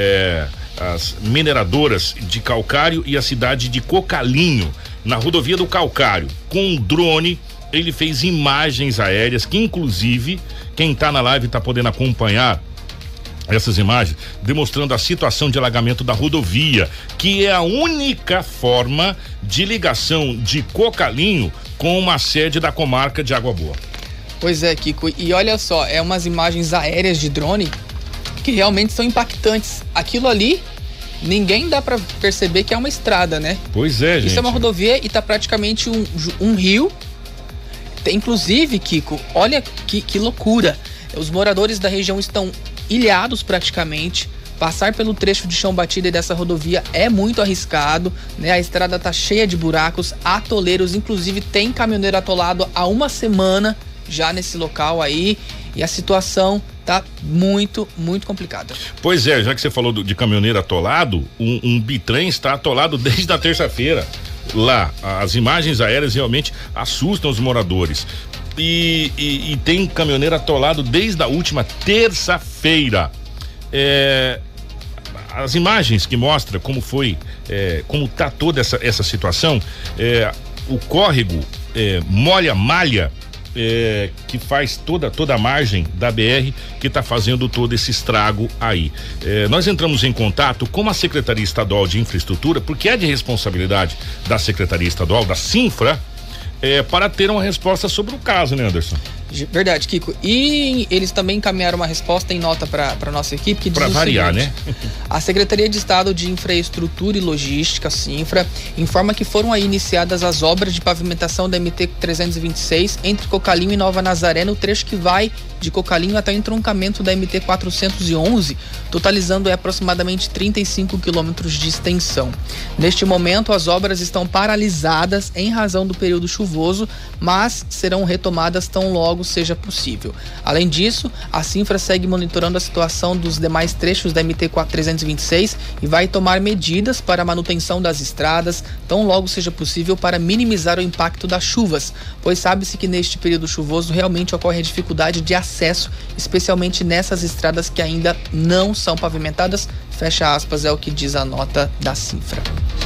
as mineradoras de Calcário e a cidade de Cocalinho, na rodovia do Calcário, com um drone, ele fez imagens aéreas que, inclusive, quem tá na live tá podendo acompanhar essas imagens, demonstrando a situação de alagamento da rodovia, que é a única forma de ligação de Cocalinho com uma sede da comarca de Água Boa. Pois é, Kiko, e olha só, umas imagens aéreas de drone que realmente são impactantes. Aquilo ali, ninguém dá pra perceber que é uma estrada, né? Pois é, gente. Isso é uma rodovia e tá praticamente um rio. Inclusive, Kiko, olha que loucura. Os moradores da região estão ilhados praticamente. Passar pelo trecho de chão batido dessa rodovia é muito arriscado, né? A estrada tá cheia de buracos, atoleiros, inclusive tem caminhoneiro atolado há uma semana já nesse local aí, e a situação tá muito, muito complicada. Pois é, já que você falou de caminhoneiro atolado, um bitrem está atolado desde a terça-feira lá. As imagens aéreas realmente assustam os moradores. E tem caminhoneiro atolado desde a última terça-feira. As imagens que mostram como foi, como tá toda essa situação, o córrego molha-malha, que faz toda a margem da BR, que está fazendo todo esse estrago aí. Nós entramos em contato com a Secretaria Estadual de Infraestrutura, porque é de responsabilidade da Secretaria Estadual, da Sinfra, para ter uma resposta sobre o caso, né, Anderson? Verdade, Kiko. E eles também encaminharam uma resposta em nota para nossa equipe que diz pra variar, seguinte, né? A Secretaria de Estado de Infraestrutura e Logística, Sinfra, informa que foram aí iniciadas as obras de pavimentação da MT-326 entre Cocalinho e Nova Nazaré, no trecho que vai de Cocalinho até o entroncamento da MT-411, totalizando aproximadamente 35 quilômetros de extensão. Neste momento, as obras estão paralisadas em razão do período chuvoso, mas serão retomadas tão logo seja possível. Além disso, a Sinfra segue monitorando a situação dos demais trechos da MT-326 e vai tomar medidas para a manutenção das estradas tão logo seja possível para minimizar o impacto das chuvas, pois sabe-se que neste período chuvoso realmente ocorre a dificuldade de acesso, especialmente nessas estradas que ainda não são pavimentadas. Fecha aspas, é o que diz a nota da Sinfra.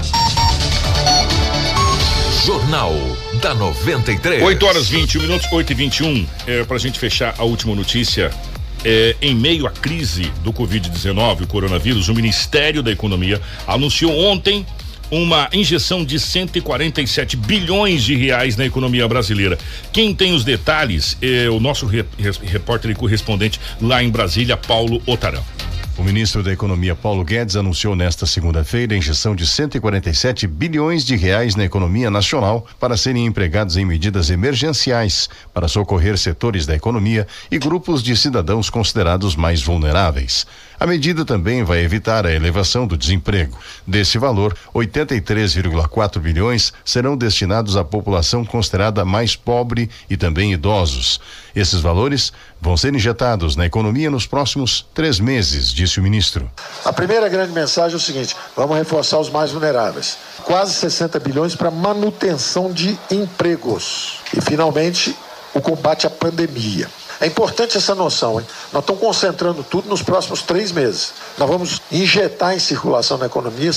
Jornal da 93. 8h21, 8h21. Pra gente fechar a última notícia. Em meio à crise do Covid-19, o coronavírus, o Ministério da Economia anunciou ontem uma injeção de 147 bilhões de reais na economia brasileira. Quem tem os detalhes é o nosso repórter e correspondente lá em Brasília, Paulo Otarão. O ministro da Economia, Paulo Guedes, anunciou nesta segunda-feira a injeção de 147 bilhões de reais na economia nacional para serem empregados em medidas emergenciais para socorrer setores da economia e grupos de cidadãos considerados mais vulneráveis. A medida também vai evitar a elevação do desemprego. Desse valor, 83,4 bilhões serão destinados à população considerada mais pobre e também idosos. Esses valores vão ser injetados na economia nos próximos 3 meses, disse o ministro. A primeira grande mensagem é o seguinte: vamos reforçar os mais vulneráveis. Quase 60 bilhões para manutenção de empregos. E, finalmente, o combate à pandemia. É importante essa noção, hein? Nós estamos concentrando tudo nos próximos 3 meses. Nós vamos injetar em circulação na economia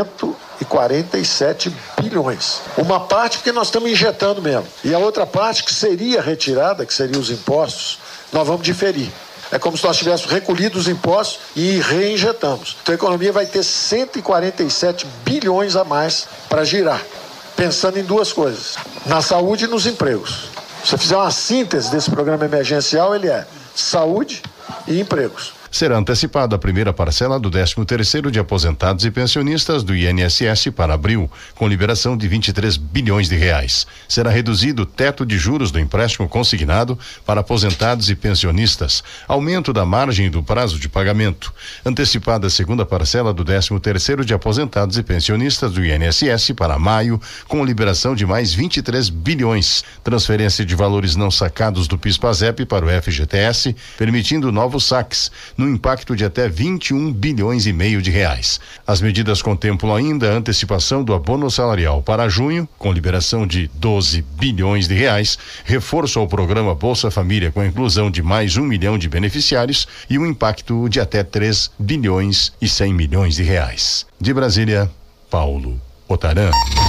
147 bilhões. Uma parte porque nós estamos injetando mesmo. E a outra parte que seria retirada, que seriam os impostos, nós vamos diferir. É como se nós tivéssemos recolhido os impostos e reinjetamos. Então a economia vai ter 147 bilhões a mais para girar. Pensando em 2 coisas: na saúde e nos empregos. Se você fizer uma síntese desse programa emergencial, ele é saúde e empregos. Será antecipada a primeira parcela do 13º de aposentados e pensionistas do INSS para abril, com liberação de 23 bilhões de reais. Será reduzido o teto de juros do empréstimo consignado para aposentados e pensionistas, aumento da margem do prazo de pagamento. Antecipada a segunda parcela do 13º de aposentados e pensionistas do INSS para maio, com liberação de mais 23 bilhões. Transferência de valores não sacados do PIS/PASEP para o FGTS, permitindo novos saques, no impacto de até 21 bilhões e meio de reais. As medidas contemplam ainda a antecipação do abono salarial para junho, com liberação de 12 bilhões de reais, reforço ao programa Bolsa Família com a inclusão de mais 1 milhão de beneficiários e um impacto de até 3 bilhões e 100 milhões de reais. De Brasília, Paulo Otarã.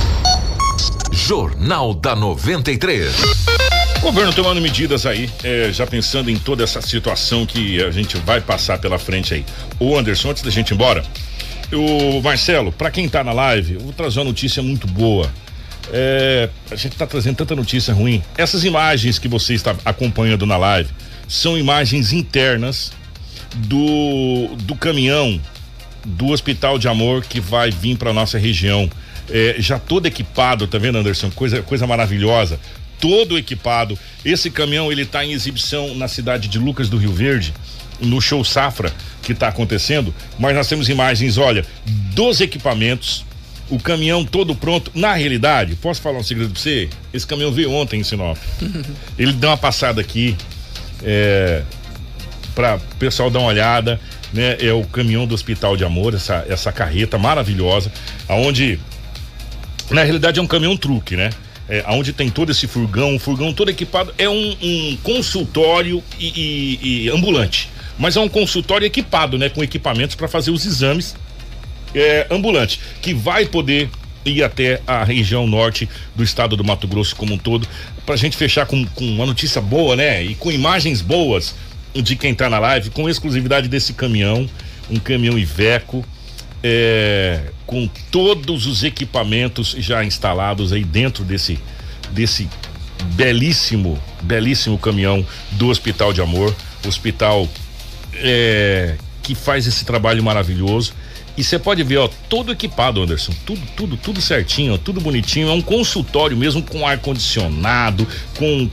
Jornal da 93. O governo tomando medidas aí, já pensando em toda essa situação que a gente vai passar pela frente aí. O Anderson, antes da gente ir embora, o Marcelo, pra quem tá na live, eu vou trazer uma notícia muito boa. A gente tá trazendo tanta notícia ruim. Essas imagens que você está acompanhando na live são imagens internas do caminhão do Hospital de Amor que vai vir pra nossa região. Já todo equipado, tá vendo, Anderson? Coisa maravilhosa. Todo equipado. Esse caminhão, ele tá em exibição na cidade de Lucas do Rio Verde, no show Safra que tá acontecendo, mas nós temos imagens, olha, dos equipamentos, o caminhão todo pronto. Na realidade, posso falar um segredo pra você? Esse caminhão veio ontem em Sinop. Ele deu uma passada aqui, pra o pessoal dar uma olhada, né? É o caminhão do Hospital de Amor, essa carreta maravilhosa, aonde, na realidade, é um caminhão truque, né? Onde tem todo esse furgão, todo equipado, é um consultório e ambulante, mas é um consultório equipado, né, com equipamentos para fazer os exames ambulante, que vai poder ir até a região norte do estado do Mato Grosso como um todo, pra gente fechar com uma notícia boa, né, e com imagens boas de quem tá na live, com exclusividade desse caminhão, um caminhão Iveco, com todos os equipamentos já instalados aí dentro desse belíssimo belíssimo caminhão do Hospital de Amor, hospital que faz esse trabalho maravilhoso. E você pode ver, ó, todo equipado, Anderson, tudo certinho, ó, tudo bonitinho. É um consultório mesmo, com ar-condicionado, com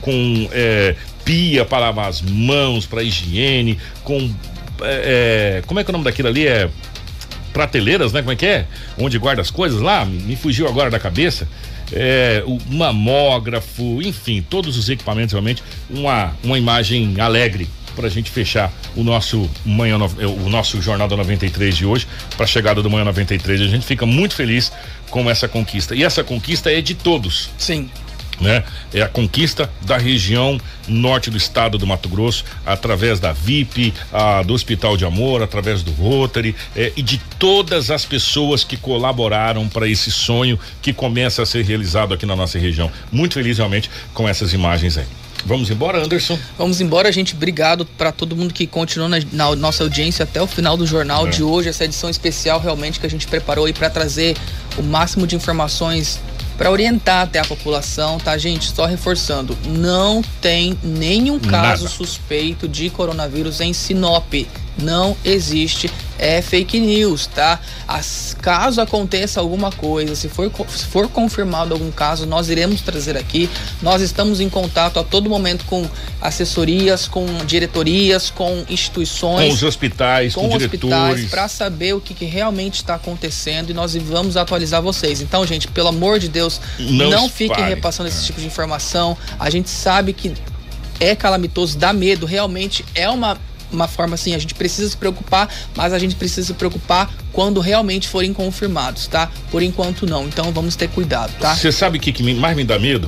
pia para lavar as mãos, para higiene, com como é que é o nome daquilo ali? Prateleiras, né? Como é que é? Onde guarda as coisas lá? Me fugiu agora da cabeça. O mamógrafo, enfim, todos os equipamentos, realmente uma imagem alegre para a gente fechar o nosso Jornal da 93 de hoje, para a chegada do Manhã 93. A gente fica muito feliz com essa conquista, e essa conquista é de todos. Sim. Né? É a conquista da região norte do estado do Mato Grosso, através da VIP, do Hospital de Amor, através do Rotary, e de todas as pessoas que colaboraram para esse sonho que começa a ser realizado aqui na nossa região. Muito feliz realmente com essas imagens aí. Vamos embora, Anderson? Vamos embora, gente. Obrigado para todo mundo que continuou na nossa audiência até o final do jornal de hoje, essa edição especial realmente que a gente preparou aí para trazer o máximo de informações para orientar até a população, tá, gente? Só reforçando, não tem nenhum caso suspeito de coronavírus em Sinop. Não existe, fake news, tá? Caso aconteça alguma coisa, se for confirmado algum caso, nós iremos trazer aqui. Nós estamos em contato a todo momento com assessorias, com diretorias, com instituições, com os hospitais, com diretores, para saber o que realmente está acontecendo, e nós vamos atualizar vocês. Então, gente, pelo amor de Deus, não fiquem repassando esse tipo de informação. A gente sabe que é calamitoso, dá medo, realmente é uma forma assim, a gente precisa se preocupar, mas a gente precisa se preocupar quando realmente forem confirmados, tá? Por enquanto não, então vamos ter cuidado, tá? Você sabe o que mais me dá medo?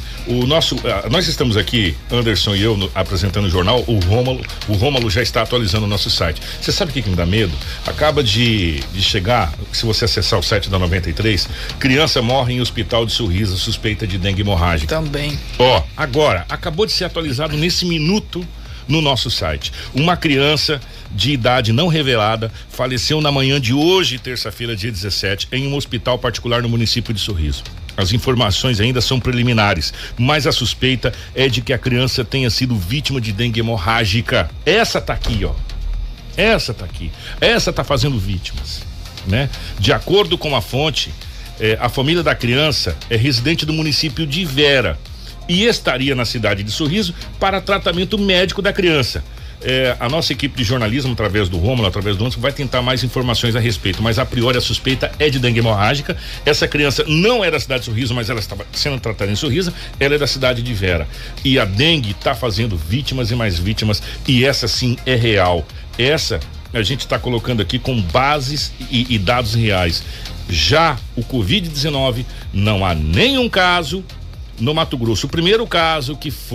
Nós estamos aqui, Anderson e eu, apresentando o jornal. O Rômulo já está atualizando o nosso site. Você sabe o que me dá medo? Acaba de chegar, se você acessar o site da 93, criança morre em hospital de Sorriso, suspeita de dengue hemorrágica. Também. Agora, acabou de ser atualizado nesse minuto no nosso site. Uma criança de idade não revelada faleceu na manhã de hoje, terça-feira, dia 17, em um hospital particular no município de Sorriso. As informações ainda são preliminares, mas a suspeita é de que a criança tenha sido vítima de dengue hemorrágica. Essa tá aqui, ó. Essa tá aqui. Essa tá fazendo vítimas, né? De acordo com a fonte, a família da criança é residente do município de Vera e estaria na cidade de Sorriso para tratamento médico da criança. A nossa equipe de jornalismo, através do Rômulo, através do Anderson, vai tentar mais informações a respeito, mas a priori a suspeita é de dengue hemorrágica. Essa criança não é da cidade de Sorriso, mas ela estava sendo tratada em Sorriso. Ela é da cidade de Vera, e a dengue está fazendo vítimas e mais vítimas, e essa sim é real. Essa a gente está colocando aqui com bases e dados reais. Já o Covid-19, não há nenhum caso no Mato Grosso. O primeiro caso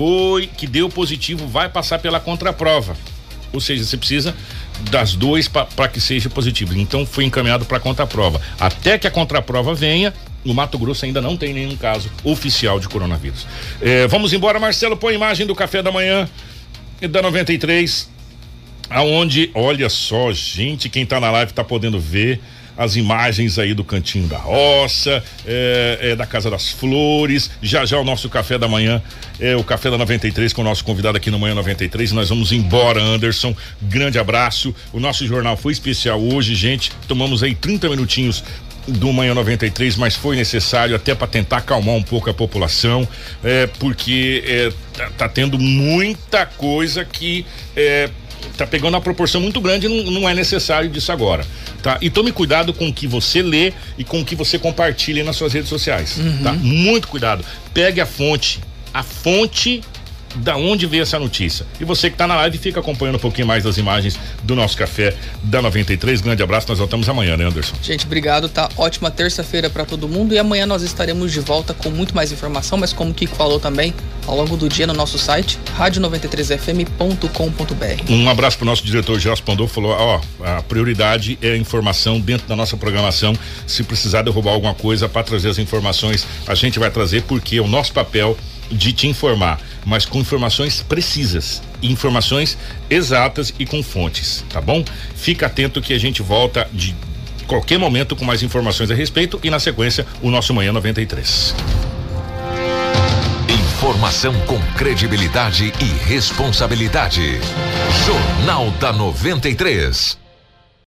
que deu positivo vai passar pela contraprova, ou seja, você precisa das duas para que seja positivo. Então foi encaminhado para a contraprova. Até que a contraprova venha, no Mato Grosso ainda não tem nenhum caso oficial de coronavírus. Vamos embora, Marcelo. Põe a imagem do café da manhã da 93, aonde, olha só, gente, quem tá na live tá podendo ver as imagens aí do Cantinho da Roça, da Casa das Flores. Já o nosso café da manhã, o café da 93 com o nosso convidado aqui no Manhã 93. Nós vamos embora, Anderson. Grande abraço. O nosso jornal foi especial hoje, gente. Tomamos aí 30 minutinhos do Manhã 93, mas foi necessário até para tentar acalmar um pouco a população, porque tá tendo muita coisa que tá pegando uma proporção muito grande, não é necessário disso agora, tá? E tome cuidado com o que você lê e com o que você compartilha nas suas redes sociais, tá? Muito cuidado. Pegue a fonte da onde veio essa notícia. E você que tá na live, fica acompanhando um pouquinho mais das imagens do nosso café da 93. Grande abraço, nós voltamos amanhã, né, Anderson? Gente, obrigado, tá? Ótima terça-feira para todo mundo, e amanhã nós estaremos de volta com muito mais informação, mas como o Kiko falou também, ao longo do dia no nosso site, radio93fm.com.br. Um abraço pro nosso diretor Gelson Pandolfo, falou, a prioridade é a informação dentro da nossa programação. Se precisar derrubar alguma coisa para trazer as informações, a gente vai trazer, porque é o nosso papel de te informar, mas com informações precisas, informações exatas e com fontes, tá bom? Fica atento que a gente volta de qualquer momento com mais informações a respeito, e na sequência o nosso Manhã 93. Informação com credibilidade e responsabilidade. Jornal da 93.